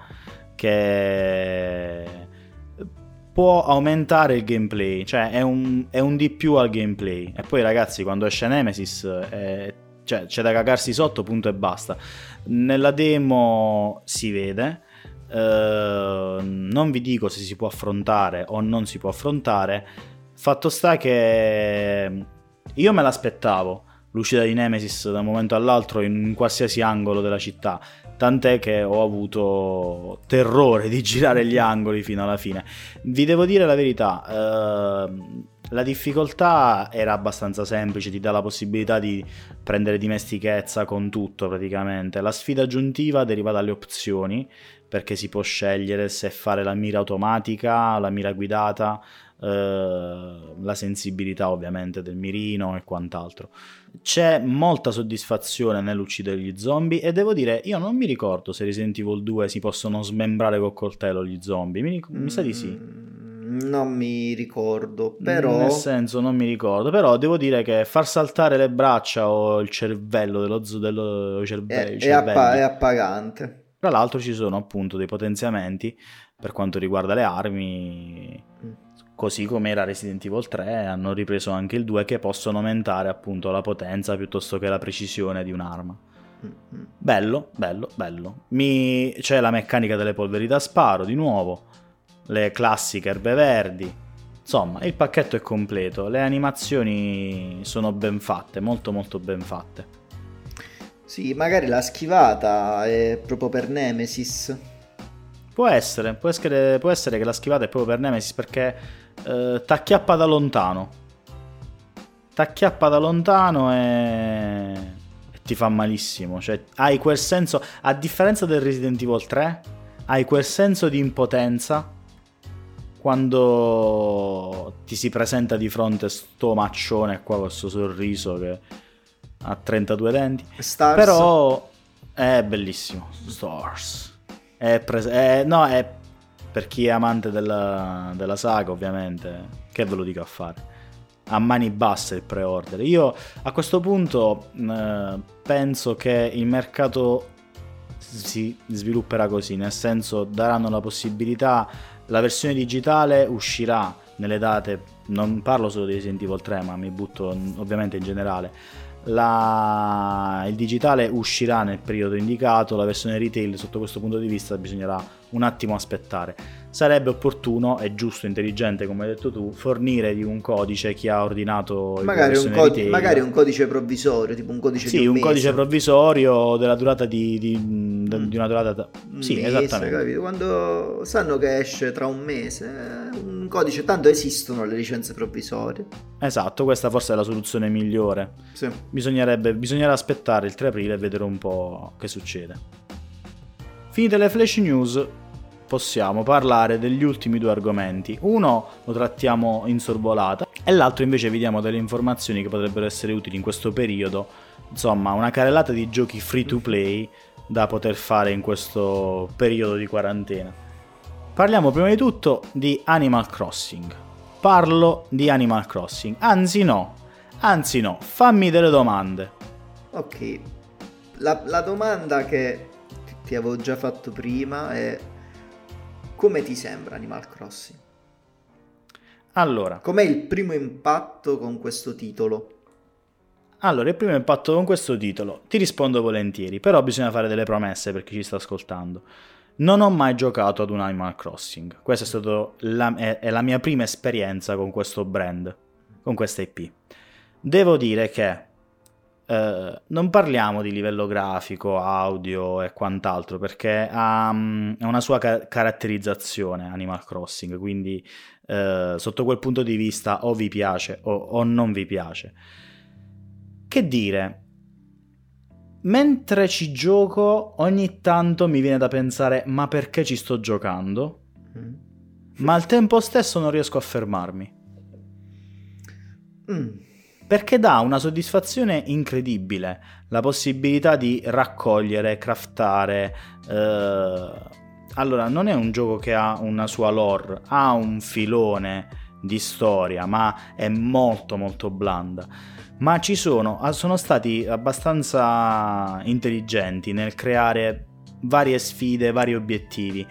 che può aumentare il gameplay, cioè è un di più al gameplay. E poi ragazzi, quando esce Nemesis cioè, c'è da cagarsi sotto, punto e basta. Nella demo si vede, non vi dico se si può affrontare o non si può affrontare. Fatto sta che io me l'aspettavo l'uscita di Nemesis da un momento all'altro in qualsiasi angolo della città, tant'è che ho avuto terrore di girare gli angoli fino alla fine. Vi devo dire la verità, la difficoltà era abbastanza semplice, ti dà la possibilità di prendere dimestichezza con tutto praticamente. La sfida aggiuntiva deriva dalle opzioni, perché si può scegliere se fare la mira automatica, la mira guidata, la sensibilità ovviamente del mirino e quant'altro. C'è molta soddisfazione nell'uccidere gli zombie, e devo dire, io non mi ricordo se Resident Evil 2 si possono smembrare col coltello gli zombie, mi sa di sì. Non mi ricordo, però... Nel senso, non mi ricordo, però devo dire che far saltare le braccia o il cervello è appagante. Tra l'altro ci sono appunto dei potenziamenti per quanto riguarda le armi, così come era Resident Evil 3, hanno ripreso anche il 2, che possono aumentare appunto la potenza piuttosto che la precisione di un'arma. Bello. C'è la meccanica delle polveri da sparo di nuovo, le classiche erbe verdi, insomma il pacchetto è completo, le animazioni sono ben fatte, molto molto ben fatte. Sì, magari la schivata è proprio per Nemesis. Può essere che la schivata è proprio per Nemesis, perché t'acchiappa da lontano e ti fa malissimo. Cioè, hai quel senso, a differenza del Resident Evil 3, hai quel senso di impotenza quando ti si presenta di fronte sto maccione qua con questo sorriso che ha 32 denti. Stars. Però è bellissimo. Stars. È per chi è amante della saga, ovviamente, che ve lo dico a fare? A mani basse il pre-order. Io a questo punto penso che il mercato si svilupperà così, nel senso, daranno la possibilità, la versione digitale uscirà nelle date, non parlo solo di Resident Evil 3, ma mi butto ovviamente in generale. Il digitale uscirà nel periodo indicato, la versione retail sotto questo punto di vista bisognerà un attimo aspettare. Sarebbe opportuno e giusto, intelligente, come hai detto tu, fornire di un codice chi ha ordinato magari un codice provvisorio, tipo un codice di un mese. Codice provvisorio della durata di una durata sì, mese, esattamente, capito? Quando sanno che esce tra un mese un codice, tanto esistono le licenze provvisorie. Esatto, questa forse è la soluzione migliore. Sì. Bisognerà aspettare il 3 aprile e vedere un po' che succede. Finite le flash news, possiamo parlare degli ultimi due argomenti. Uno lo trattiamo in sorvolata e l'altro invece vi diamo delle informazioni che potrebbero essere utili in questo periodo. Insomma, una carrellata di giochi free to play da poter fare in questo periodo di quarantena. Parliamo prima di tutto di Animal Crossing. Parlo di Animal Crossing. Anzi no, fammi delle domande. Ok, la domanda che ti avevo già fatto prima è: come ti sembra Animal Crossing? Allora, com'è il primo impatto con questo titolo? Allora, il primo impatto con questo titolo, ti rispondo volentieri, però bisogna fare delle promesse per chi ci sta ascoltando. Non ho mai giocato ad un Animal Crossing, questa è stata la mia prima esperienza con questo brand, con questa IP. Devo dire che non parliamo di livello grafico, audio e quant'altro, perché ha una sua caratterizzazione Animal Crossing, quindi sotto quel punto di vista o vi piace o non vi piace. Che dire, mentre ci gioco ogni tanto mi viene da pensare: ma perché ci sto giocando? Ma al tempo stesso non riesco a fermarmi. Perché dà una soddisfazione incredibile, la possibilità di raccogliere, craftare. Allora, non è un gioco che ha una sua lore, ha un filone di storia, ma è molto molto blanda. Ma sono stati abbastanza intelligenti nel creare varie sfide, vari obiettivi.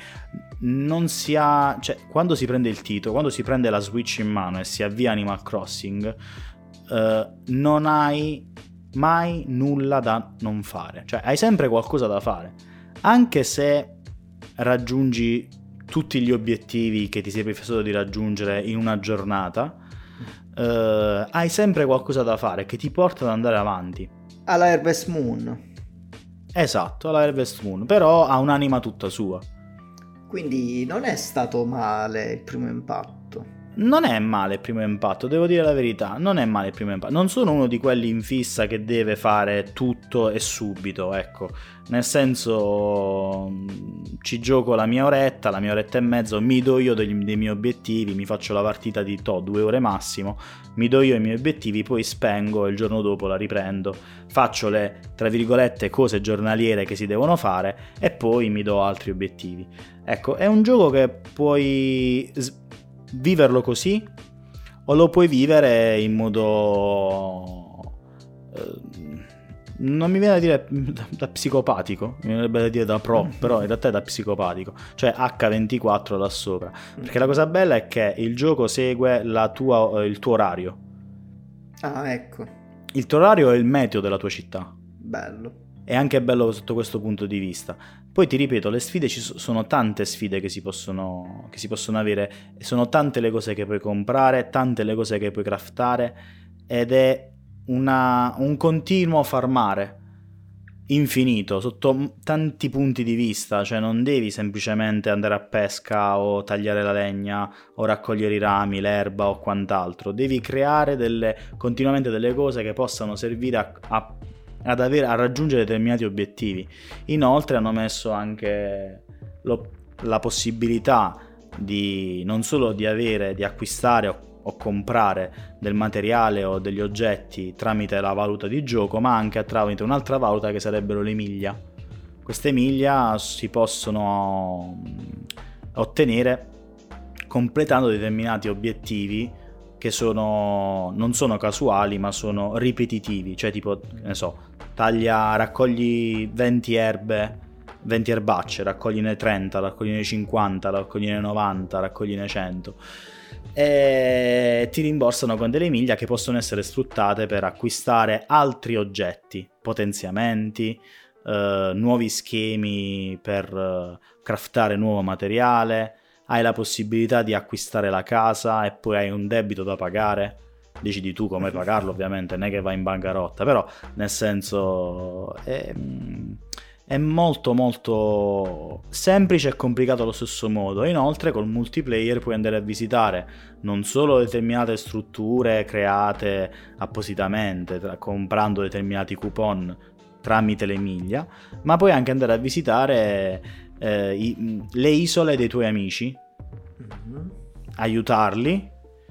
Quando si prende il titolo, quando si prende la Switch in mano e si avvia Animal Crossing, non hai mai nulla da non fare, cioè hai sempre qualcosa da fare, anche se raggiungi tutti gli obiettivi che ti sei prefissato di raggiungere in una giornata. Hai sempre qualcosa da fare che ti porta ad andare avanti, alla Harvest Moon. Esatto, alla Harvest Moon, però ha un'anima tutta sua. Quindi non è stato male il primo impatto. Non è male il primo impatto, devo dire la verità, non è male il primo impatto. Non sono uno di quelli in fissa che deve fare tutto e subito, ecco. Nel senso, ci gioco la mia oretta e mezzo, mi do io dei miei obiettivi, mi faccio la partita di 2 ore massimo, mi do io i miei obiettivi, poi spengo e il giorno dopo la riprendo, faccio le, tra virgolette, cose giornaliere che si devono fare e poi mi do altri obiettivi. Ecco, è un gioco che puoi viverlo così o lo puoi vivere in modo non mi viene da dire da psicopatico, mi viene da dire da pro, però in realtà è da psicopatico, cioè H24 là sopra, perché la cosa bella è che il gioco segue il tuo orario. Ah, ecco. Il tuo orario è il meteo della tua città. Bello. è anche bello sotto questo punto di vista. Poi ti ripeto, le sfide sono tante sfide che si possono avere, sono tante le cose che puoi comprare, tante le cose che puoi craftare, ed è un continuo farmare infinito sotto tanti punti di vista. Cioè non devi semplicemente andare a pesca o tagliare la legna o raccogliere i rami, l'erba o quant'altro. Devi creare continuamente delle cose che possano servire a raggiungere determinati obiettivi. Inoltre hanno messo anche la possibilità di non solo di acquistare o comprare del materiale o degli oggetti tramite la valuta di gioco, ma anche tramite un'altra valuta che sarebbero le miglia. Queste miglia si possono ottenere completando determinati obiettivi che non sono casuali, ma sono ripetitivi. Cioè tipo, ne so, raccogli 20 erbacce, raccogliene 30, raccogliene 50, raccogliene 90, raccogliene 100, e ti rimborsano con delle miglia che possono essere sfruttate per acquistare altri oggetti, potenziamenti, nuovi schemi per craftare nuovo materiale. Hai la possibilità di acquistare la casa e poi hai un debito da pagare. Decidi tu come pagarlo, ovviamente, non è che vai in bancarotta, però nel senso è molto molto semplice e complicato allo stesso modo. Inoltre col multiplayer puoi andare a visitare non solo determinate strutture create appositamente comprando determinati coupon tramite le miglia, ma puoi anche andare a visitare le isole dei tuoi amici, aiutarli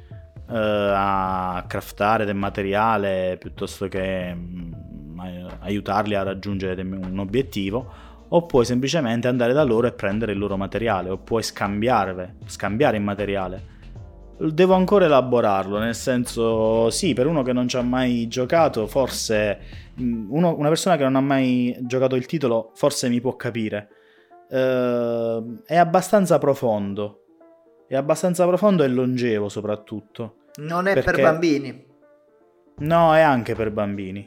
a craftare del materiale piuttosto che aiutarli a raggiungere un obiettivo, o puoi semplicemente andare da loro e prendere il loro materiale, o puoi scambiare il materiale. Devo ancora elaborarlo, nel senso, sì, per uno che non ci ha mai giocato, forse una persona che non ha mai giocato il titolo forse mi può capire. È abbastanza profondo e longevo soprattutto. Non è per bambini. No, è anche per bambini.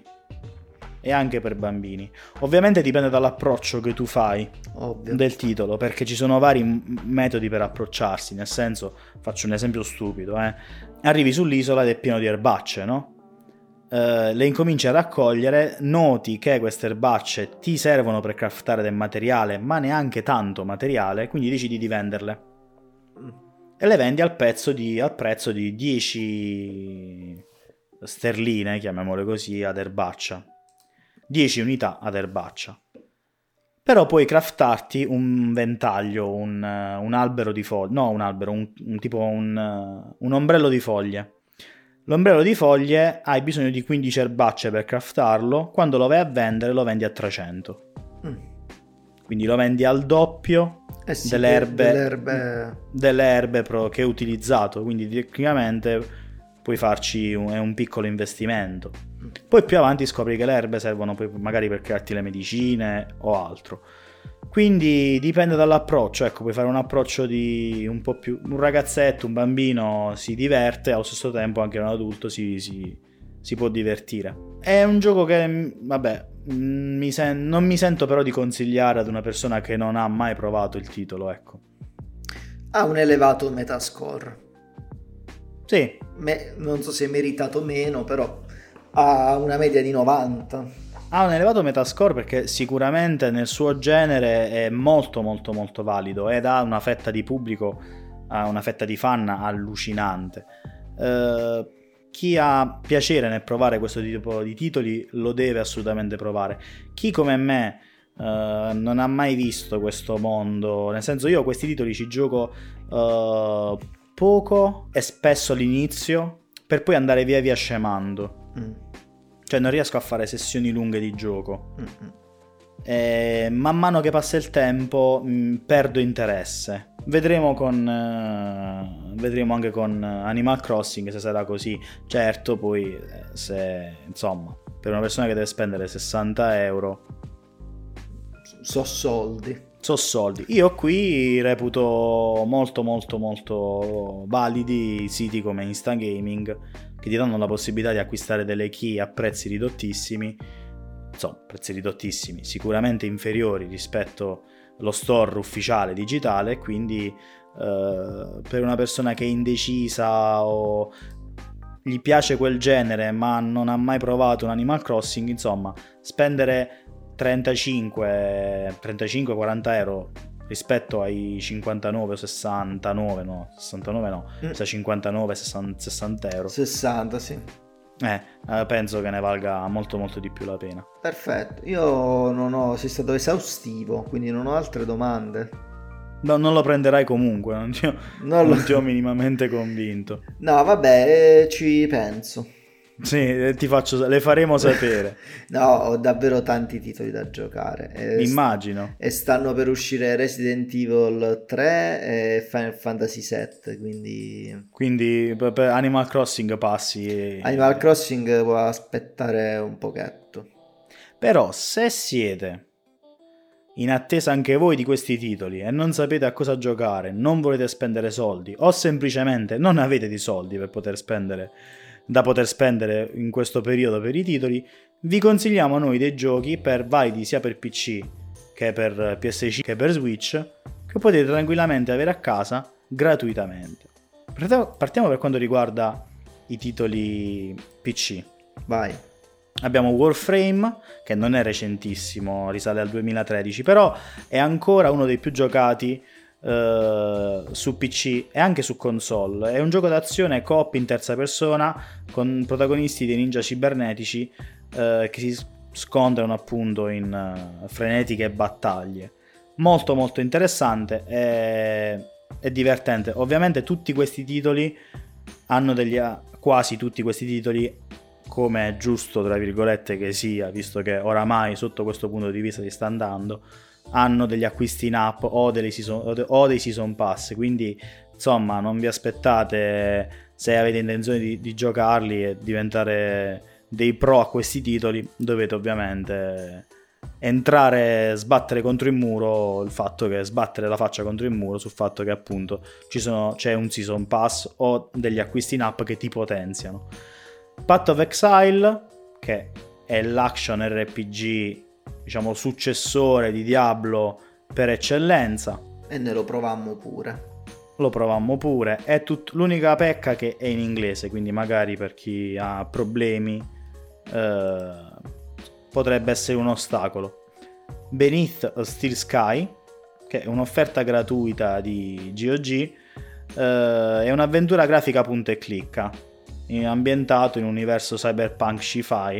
Ovviamente dipende dall'approccio che tu fai. Ovvio. Del titolo, perché ci sono vari metodi per approcciarsi. Nel senso, faccio un esempio stupido, arrivi sull'isola ed è pieno di erbacce, no? Le incominci a raccogliere, noti che queste erbacce ti servono per craftare del materiale, ma neanche tanto materiale, quindi decidi di venderle e le vendi al prezzo di 10 sterline, chiamiamole così, ad erbaccia, 10 unità ad erbaccia. Però puoi craftarti un ventaglio, un albero di foglie, no, un albero, un ombrello di foglie. L'ombrello di foglie hai bisogno di 15 erbacce per craftarlo. Quando lo vai a vendere lo vendi a 300. Quindi lo vendi al doppio delle erbe che hai utilizzato. Quindi tecnicamente puoi farci un piccolo investimento. Poi più avanti scopri che le erbe servono poi magari per crearti le medicine o altro. Quindi dipende dall'approccio. Ecco, puoi fare un approccio di un po' più un ragazzetto, un bambino si diverte, allo stesso tempo anche un adulto si può divertire. È un gioco che, vabbè, non mi sento però di consigliare ad una persona che non ha mai provato il titolo, ecco. Ha un elevato metascore. Sì. Non so se è meritato meno, però ha una media di 90. Ha un elevato metascore perché sicuramente nel suo genere è molto molto molto valido ed ha una fetta di pubblico, ha una fetta di fan allucinante. Chi ha piacere nel provare questo tipo di titoli lo deve assolutamente provare. Chi come me non ha mai visto questo mondo, nel senso, io questi titoli ci gioco poco e spesso all'inizio per poi andare via via scemando. Cioè non riesco a fare sessioni lunghe di gioco. E man mano che passa il tempo perdo interesse. Vedremo anche con Animal Crossing se sarà così. Certo, poi se insomma, per una persona che deve spendere 60 euro so soldi. Io qui reputo molto molto molto validi siti come Instagaming, che ti danno la possibilità di acquistare delle key a prezzi ridottissimi insomma, prezzi ridottissimi, sicuramente inferiori rispetto allo store ufficiale digitale, quindi per una persona che è indecisa o gli piace quel genere ma non ha mai provato un Animal Crossing, insomma, spendere 35-40 euro rispetto ai 59 o 69 no, 69 no, 59, 60 euro. 60, sì. Penso che ne valga molto molto di più la pena. Perfetto, io sei stato esaustivo, quindi non ho altre domande. No, non lo prenderai comunque, non ti ho minimamente convinto. No, vabbè, ci penso. Sì, le faremo sapere. No, ho davvero tanti titoli da giocare. Immagino. E stanno per uscire Resident Evil 3 e Final Fantasy 7, Quindi per Animal Crossing passi. Animal Crossing può aspettare un pochetto. Però se siete in attesa anche voi di questi titoli e non sapete a cosa giocare, non volete spendere soldi o semplicemente non avete di soldi da poter spendere in questo periodo per i titoli, vi consigliamo noi dei giochi validi sia per PC che per PS5 che per Switch, che potete tranquillamente avere a casa gratuitamente. Partiamo per quanto riguarda i titoli PC. Vai. Abbiamo Warframe, che non è recentissimo, risale al 2013, però è ancora uno dei più giocati su PC e anche su console. È un gioco d'azione coop in terza persona con protagonisti dei ninja cibernetici che si scontrano appunto in frenetiche battaglie. Molto molto interessante e divertente. Ovviamente tutti questi titoli quasi tutti questi titoli, come è giusto tra virgolette che sia, visto che oramai sotto questo punto di vista si sta andando, hanno degli acquisti in app o dei season pass, quindi insomma non vi aspettate, se avete intenzione di giocarli e diventare dei pro a questi titoli, dovete ovviamente sbattere contro il muro sbattere la faccia contro il muro sul fatto che appunto c'è un season pass o degli acquisti in app che ti potenziano. Path of Exile, che è l'action RPG, diciamo successore di Diablo per eccellenza, e ne lo provammo pure. È l'unica pecca che è in inglese, quindi magari per chi ha problemi potrebbe essere un ostacolo. Beneath a Steel Sky, che è un'offerta gratuita di GOG, è un'avventura grafica punta e clicca ambientato in un universo cyberpunk sci-fi,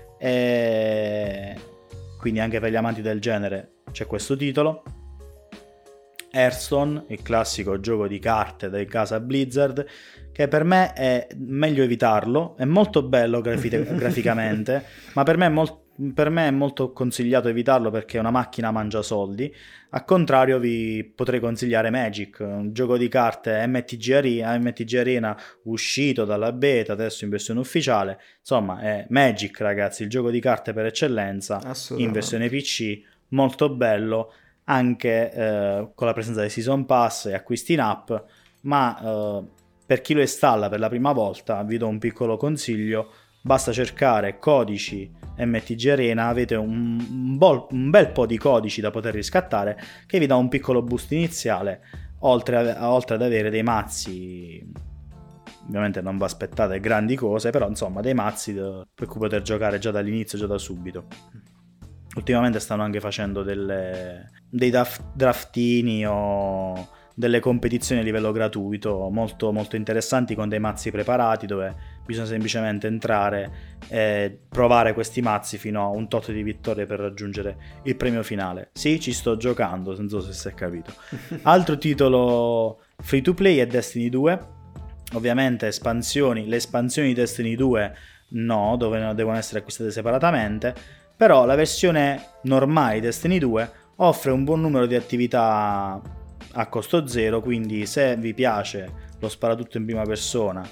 e quindi anche per gli amanti del genere c'è questo titolo. Hearthstone, il classico gioco di carte del casa Blizzard, che per me è meglio evitarlo, è molto bello graficamente, ma per me è molto consigliato evitarlo perché è una macchina mangia soldi. A contrario vi potrei consigliare Magic, un gioco di carte MTG Arena uscito dalla beta, adesso in versione ufficiale. Insomma è Magic, ragazzi, il gioco di carte per eccellenza in versione PC, molto bello, anche con la presenza del Season Pass e acquisti in app, ma per chi lo installa per la prima volta vi do un piccolo consiglio: basta cercare codici MTG Arena, avete un bel po' di codici da poter riscattare che vi dà un piccolo boost iniziale, oltre ad avere dei mazzi. Ovviamente non vi aspettate grandi cose, però insomma dei mazzi per cui poter giocare già dall'inizio, già da subito. Ultimamente stanno anche facendo dei draftini o delle competizioni a livello gratuito molto molto interessanti, con dei mazzi preparati dove bisogna semplicemente entrare e provare questi mazzi fino a un tot di vittorie per raggiungere il premio finale. Sì, ci sto giocando, non so se si è capito. Altro titolo free to play è Destiny 2. Ovviamente le espansioni di Destiny 2 no, devono essere acquistate separatamente, però la versione normale di Destiny 2 offre un buon numero di attività a costo zero, quindi se vi piace lo sparatutto in prima persona,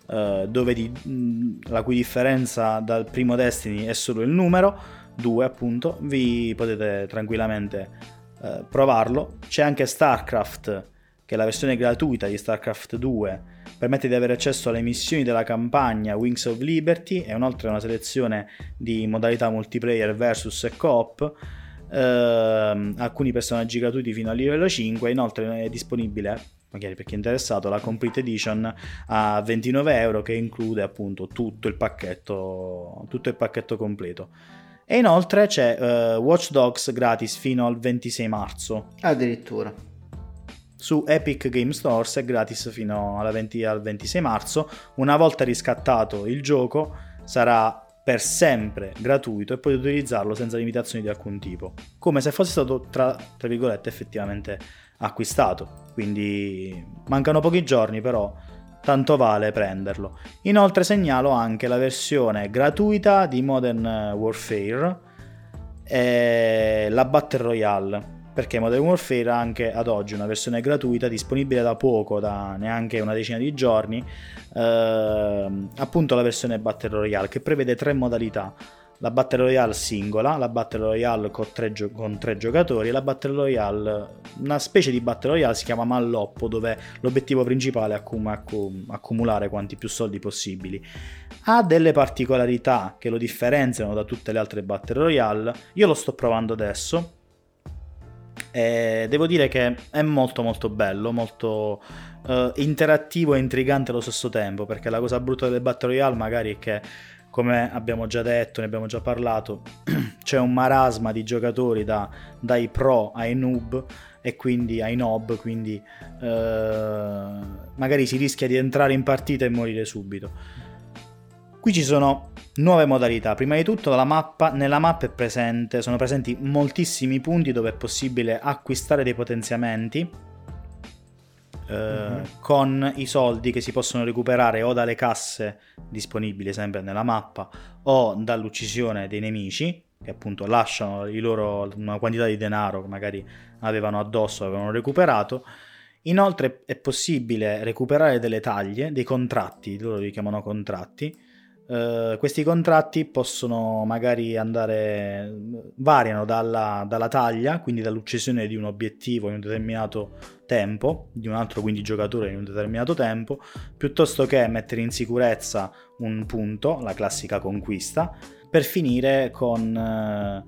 la cui differenza dal primo Destiny è solo il numero 2, appunto, vi potete tranquillamente provarlo. C'è anche StarCraft, che è la versione gratuita di StarCraft 2 permette di avere accesso alle missioni della campagna Wings of Liberty e inoltre una selezione di modalità multiplayer versus e co-op, alcuni personaggi gratuiti fino al livello 5. Inoltre è disponibile, magari per chi è interessato, la Complete Edition a €29, che include appunto tutto il pacchetto completo. E inoltre c'è Watch Dogs gratis fino al 26 marzo. Addirittura. Su Epic Game Stores è gratis fino al 26 marzo. Una volta riscattato il gioco sarà per sempre gratuito e potete utilizzarlo senza limitazioni di alcun tipo, come se fosse stato tra virgolette effettivamente acquistato. Quindi mancano pochi giorni, però tanto vale prenderlo. Inoltre segnalo anche la versione gratuita di Modern Warfare e la Battle Royale, perché Modern Warfare ha anche ad oggi una versione gratuita disponibile da poco, da neanche una decina di giorni, appunto la versione Battle Royale, che prevede 3 modalità: la Battle Royale singola, la Battle Royale con 3 giocatori e la Battle Royale, una specie di Battle Royale, si chiama Malloppo, dove l'obiettivo principale è accumulare quanti più soldi possibili. Ha delle particolarità che lo differenziano da tutte le altre Battle Royale. Io lo sto provando adesso e devo dire che è molto molto bello, molto interattivo e intrigante allo stesso tempo, perché la cosa brutta delle Battle Royale magari è che, come abbiamo già detto, ne abbiamo già parlato, c'è un marasma di giocatori dai pro ai noob e quindi ai nob, quindi magari si rischia di entrare in partita e morire subito. Qui ci sono nuove modalità. Prima di tutto nella mappa sono presenti moltissimi punti dove è possibile acquistare dei potenziamenti con i soldi che si possono recuperare o dalle casse disponibili sempre nella mappa o dall'uccisione dei nemici, che appunto lasciano una quantità di denaro che magari avevano addosso, avevano recuperato. Inoltre è possibile recuperare delle taglie, dei contratti, loro li chiamano contratti. Questi contratti possono magari variano dalla taglia, quindi dall'uccisione di un obiettivo in un determinato tempo, di un altro quindi giocatore in un determinato tempo, piuttosto che mettere in sicurezza un punto, la classica conquista, per finire con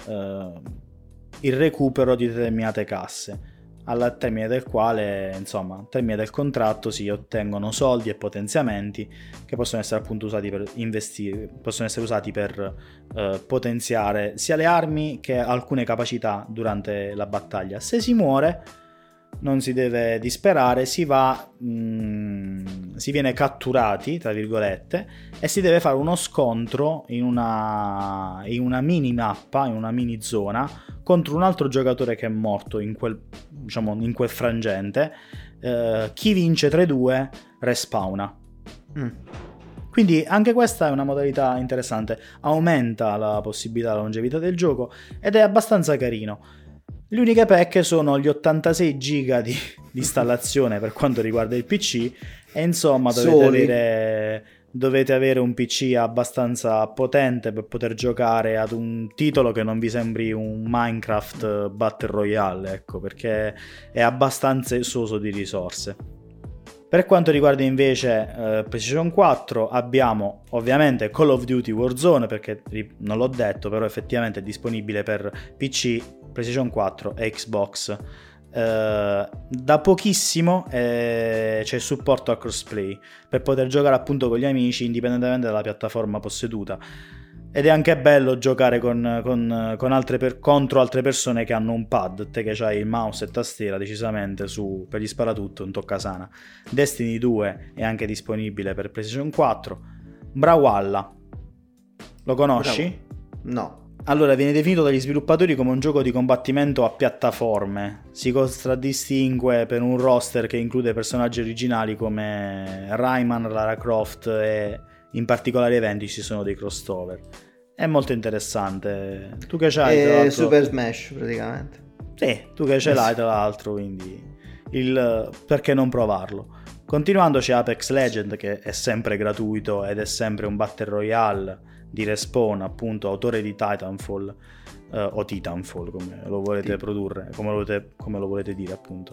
il recupero di determinate casse, al termine del quale, insomma, al termine del contratto si ottengono soldi e potenziamenti che possono essere appunto usati per investire, possono essere usati per potenziare sia le armi che alcune capacità durante la battaglia. Se si muore non si deve disperare, si viene catturati, tra virgolette, e si deve fare uno scontro in una mini mappa, in una mini zona, contro un altro giocatore che è morto in quel frangente. Chi vince tra i due respawna. Quindi anche questa è una modalità interessante, aumenta la possibilità, la longevità del gioco ed è abbastanza carino. Le uniche pecche sono gli 86 giga di installazione per quanto riguarda il PC, e insomma dovete avere un PC abbastanza potente per poter giocare ad un titolo che non vi sembri un Minecraft Battle Royale, ecco, perché è abbastanza esoso di risorse. Per quanto riguarda invece PlayStation 4, abbiamo ovviamente Call of Duty Warzone, perché non l'ho detto, però effettivamente è disponibile per PC, PlayStation 4 e Xbox. Da pochissimo c'è il supporto a crossplay per poter giocare appunto con gli amici indipendentemente dalla piattaforma posseduta, ed è anche bello giocare contro altre persone che hanno un pad. Te che c'hai il mouse e tastiera, decisamente per gli sparatutto un toccasana. Destiny 2 è anche disponibile per PlayStation 4. Brawlhalla lo conosci? No. Allora, viene definito dagli sviluppatori come un gioco di combattimento a piattaforme. Si contraddistingue per un roster che include personaggi originali come Rayman, Lara Croft, e in particolari eventi ci sono dei crossover. È molto interessante. Tu che c'hai, tra l'altro... Super Smash praticamente. Sì, tu che ce l'hai tra l'altro, quindi perché non provarlo? Continuando, c'è Apex Legends, che è sempre gratuito ed è sempre un Battle Royale di Respawn, appunto, autore di Titanfall, o Titanfall come lo volete produrre, come lo volete dire, appunto.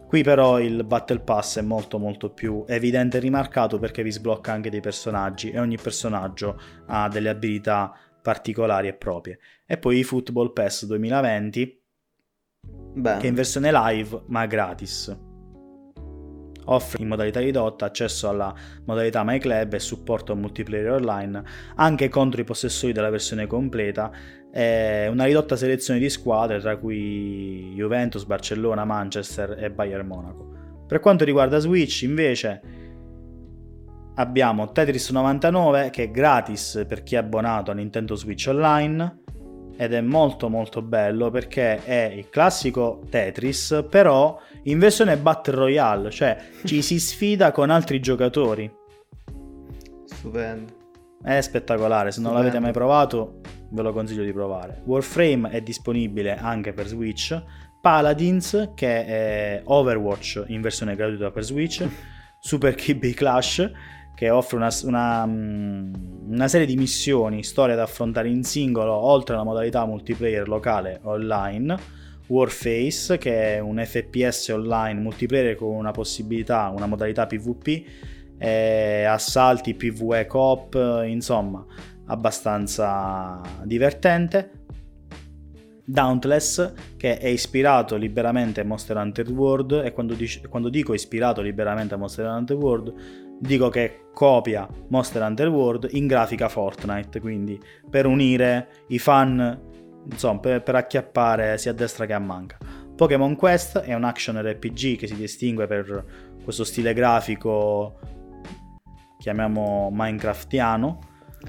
Qui però il Battle Pass è molto molto più evidente e rimarcato perché vi sblocca anche dei personaggi e ogni personaggio ha delle abilità particolari e proprie. E poi i Football Pass 2020, Beh, che è in versione live ma gratis. Offre in modalità ridotta accesso alla modalità My Club e supporto a multiplayer online anche contro i possessori della versione completa, una ridotta selezione di squadre tra cui Juventus, Barcellona, Manchester e Bayern Monaco. Per quanto riguarda Switch invece abbiamo Tetris 99 che è gratis per chi è abbonato a Nintendo Switch Online ed è molto molto bello perché è il classico Tetris però in versione Battle Royale, cioè ci si sfida con altri giocatori. Stupendo. È spettacolare, se non l'avete mai provato ve lo consiglio di provare. Warframe è disponibile anche per Switch. Paladins, che è Overwatch in versione gratuita per Switch. Super Kirby Clash, che offre una serie di missioni, storie da affrontare in singolo, oltre alla modalità multiplayer locale online. Warface, che è un FPS online multiplayer con una possibilità, una modalità PvP, assalti, PvE coop, insomma, abbastanza divertente. Dauntless, che è ispirato liberamente a Monster Hunter World, e quando dico ispirato liberamente a Monster Hunter World dico che copia Monster Hunter World in grafica Fortnite, quindi per unire i fan, insomma, per acchiappare sia a destra che a manca. Pokémon Quest è un action RPG che si distingue per questo stile grafico, chiamiamo Minecraftiano,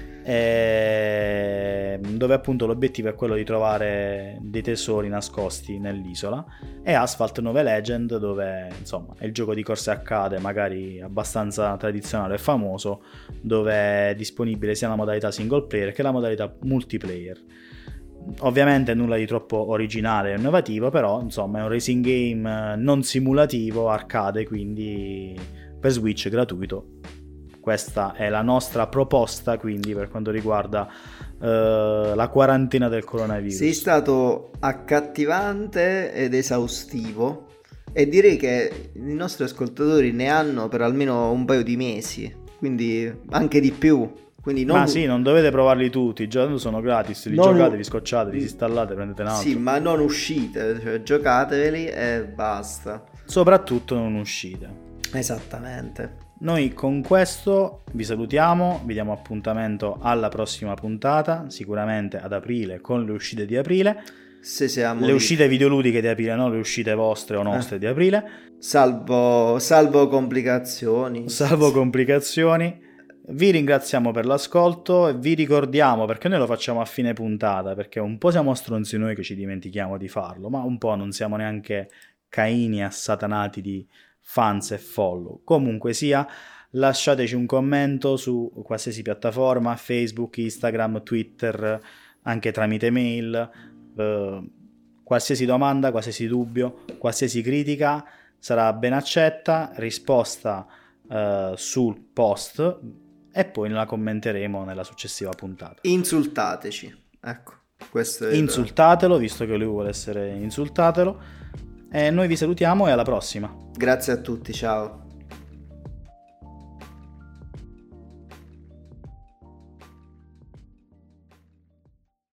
dove appunto l'obiettivo è quello di trovare dei tesori nascosti nell'isola. E Asphalt 9 Legend, dove insomma è il gioco di corse arcade magari abbastanza tradizionale e famoso, dove è disponibile sia la modalità single player che la modalità multiplayer. Ovviamente nulla di troppo originale e innovativo, però insomma è un racing game non simulativo, arcade, quindi per Switch gratuito. Questa è la nostra proposta, quindi, per quanto riguarda la quarantena del coronavirus. Sei stato accattivante ed esaustivo e direi che i nostri ascoltatori ne hanno per almeno un paio di mesi, quindi anche di più. Quindi Ma sì, non dovete provarli tutti, già sono gratis, li giocate, vi scocciate, vi disinstallate, prendete un altro. Sì, ma non uscite, cioè giocateveli e basta. Soprattutto non uscite. Esattamente. Noi con questo vi salutiamo, vi diamo appuntamento alla prossima puntata, sicuramente ad aprile con le uscite di aprile. Se siamo le uscite videoludiche di aprile, non le uscite vostre o nostre di aprile. Salvo complicazioni. Salvo complicazioni. Vi ringraziamo per l'ascolto e vi ricordiamo, perché noi lo facciamo a fine puntata, perché un po' siamo stronzi noi che ci dimentichiamo di farlo, ma un po' non siamo neanche caini assatanati di fans e follow. Comunque sia, lasciateci un commento su qualsiasi piattaforma, Facebook, Instagram, Twitter, anche tramite mail, qualsiasi domanda, qualsiasi dubbio, qualsiasi critica sarà ben accetta, risposta sul post e poi la commenteremo nella successiva puntata. Insultateci, ecco, questo è insultatelo, visto che lui vuole essere insultatelo. E noi vi salutiamo e alla prossima. Grazie a tutti, ciao.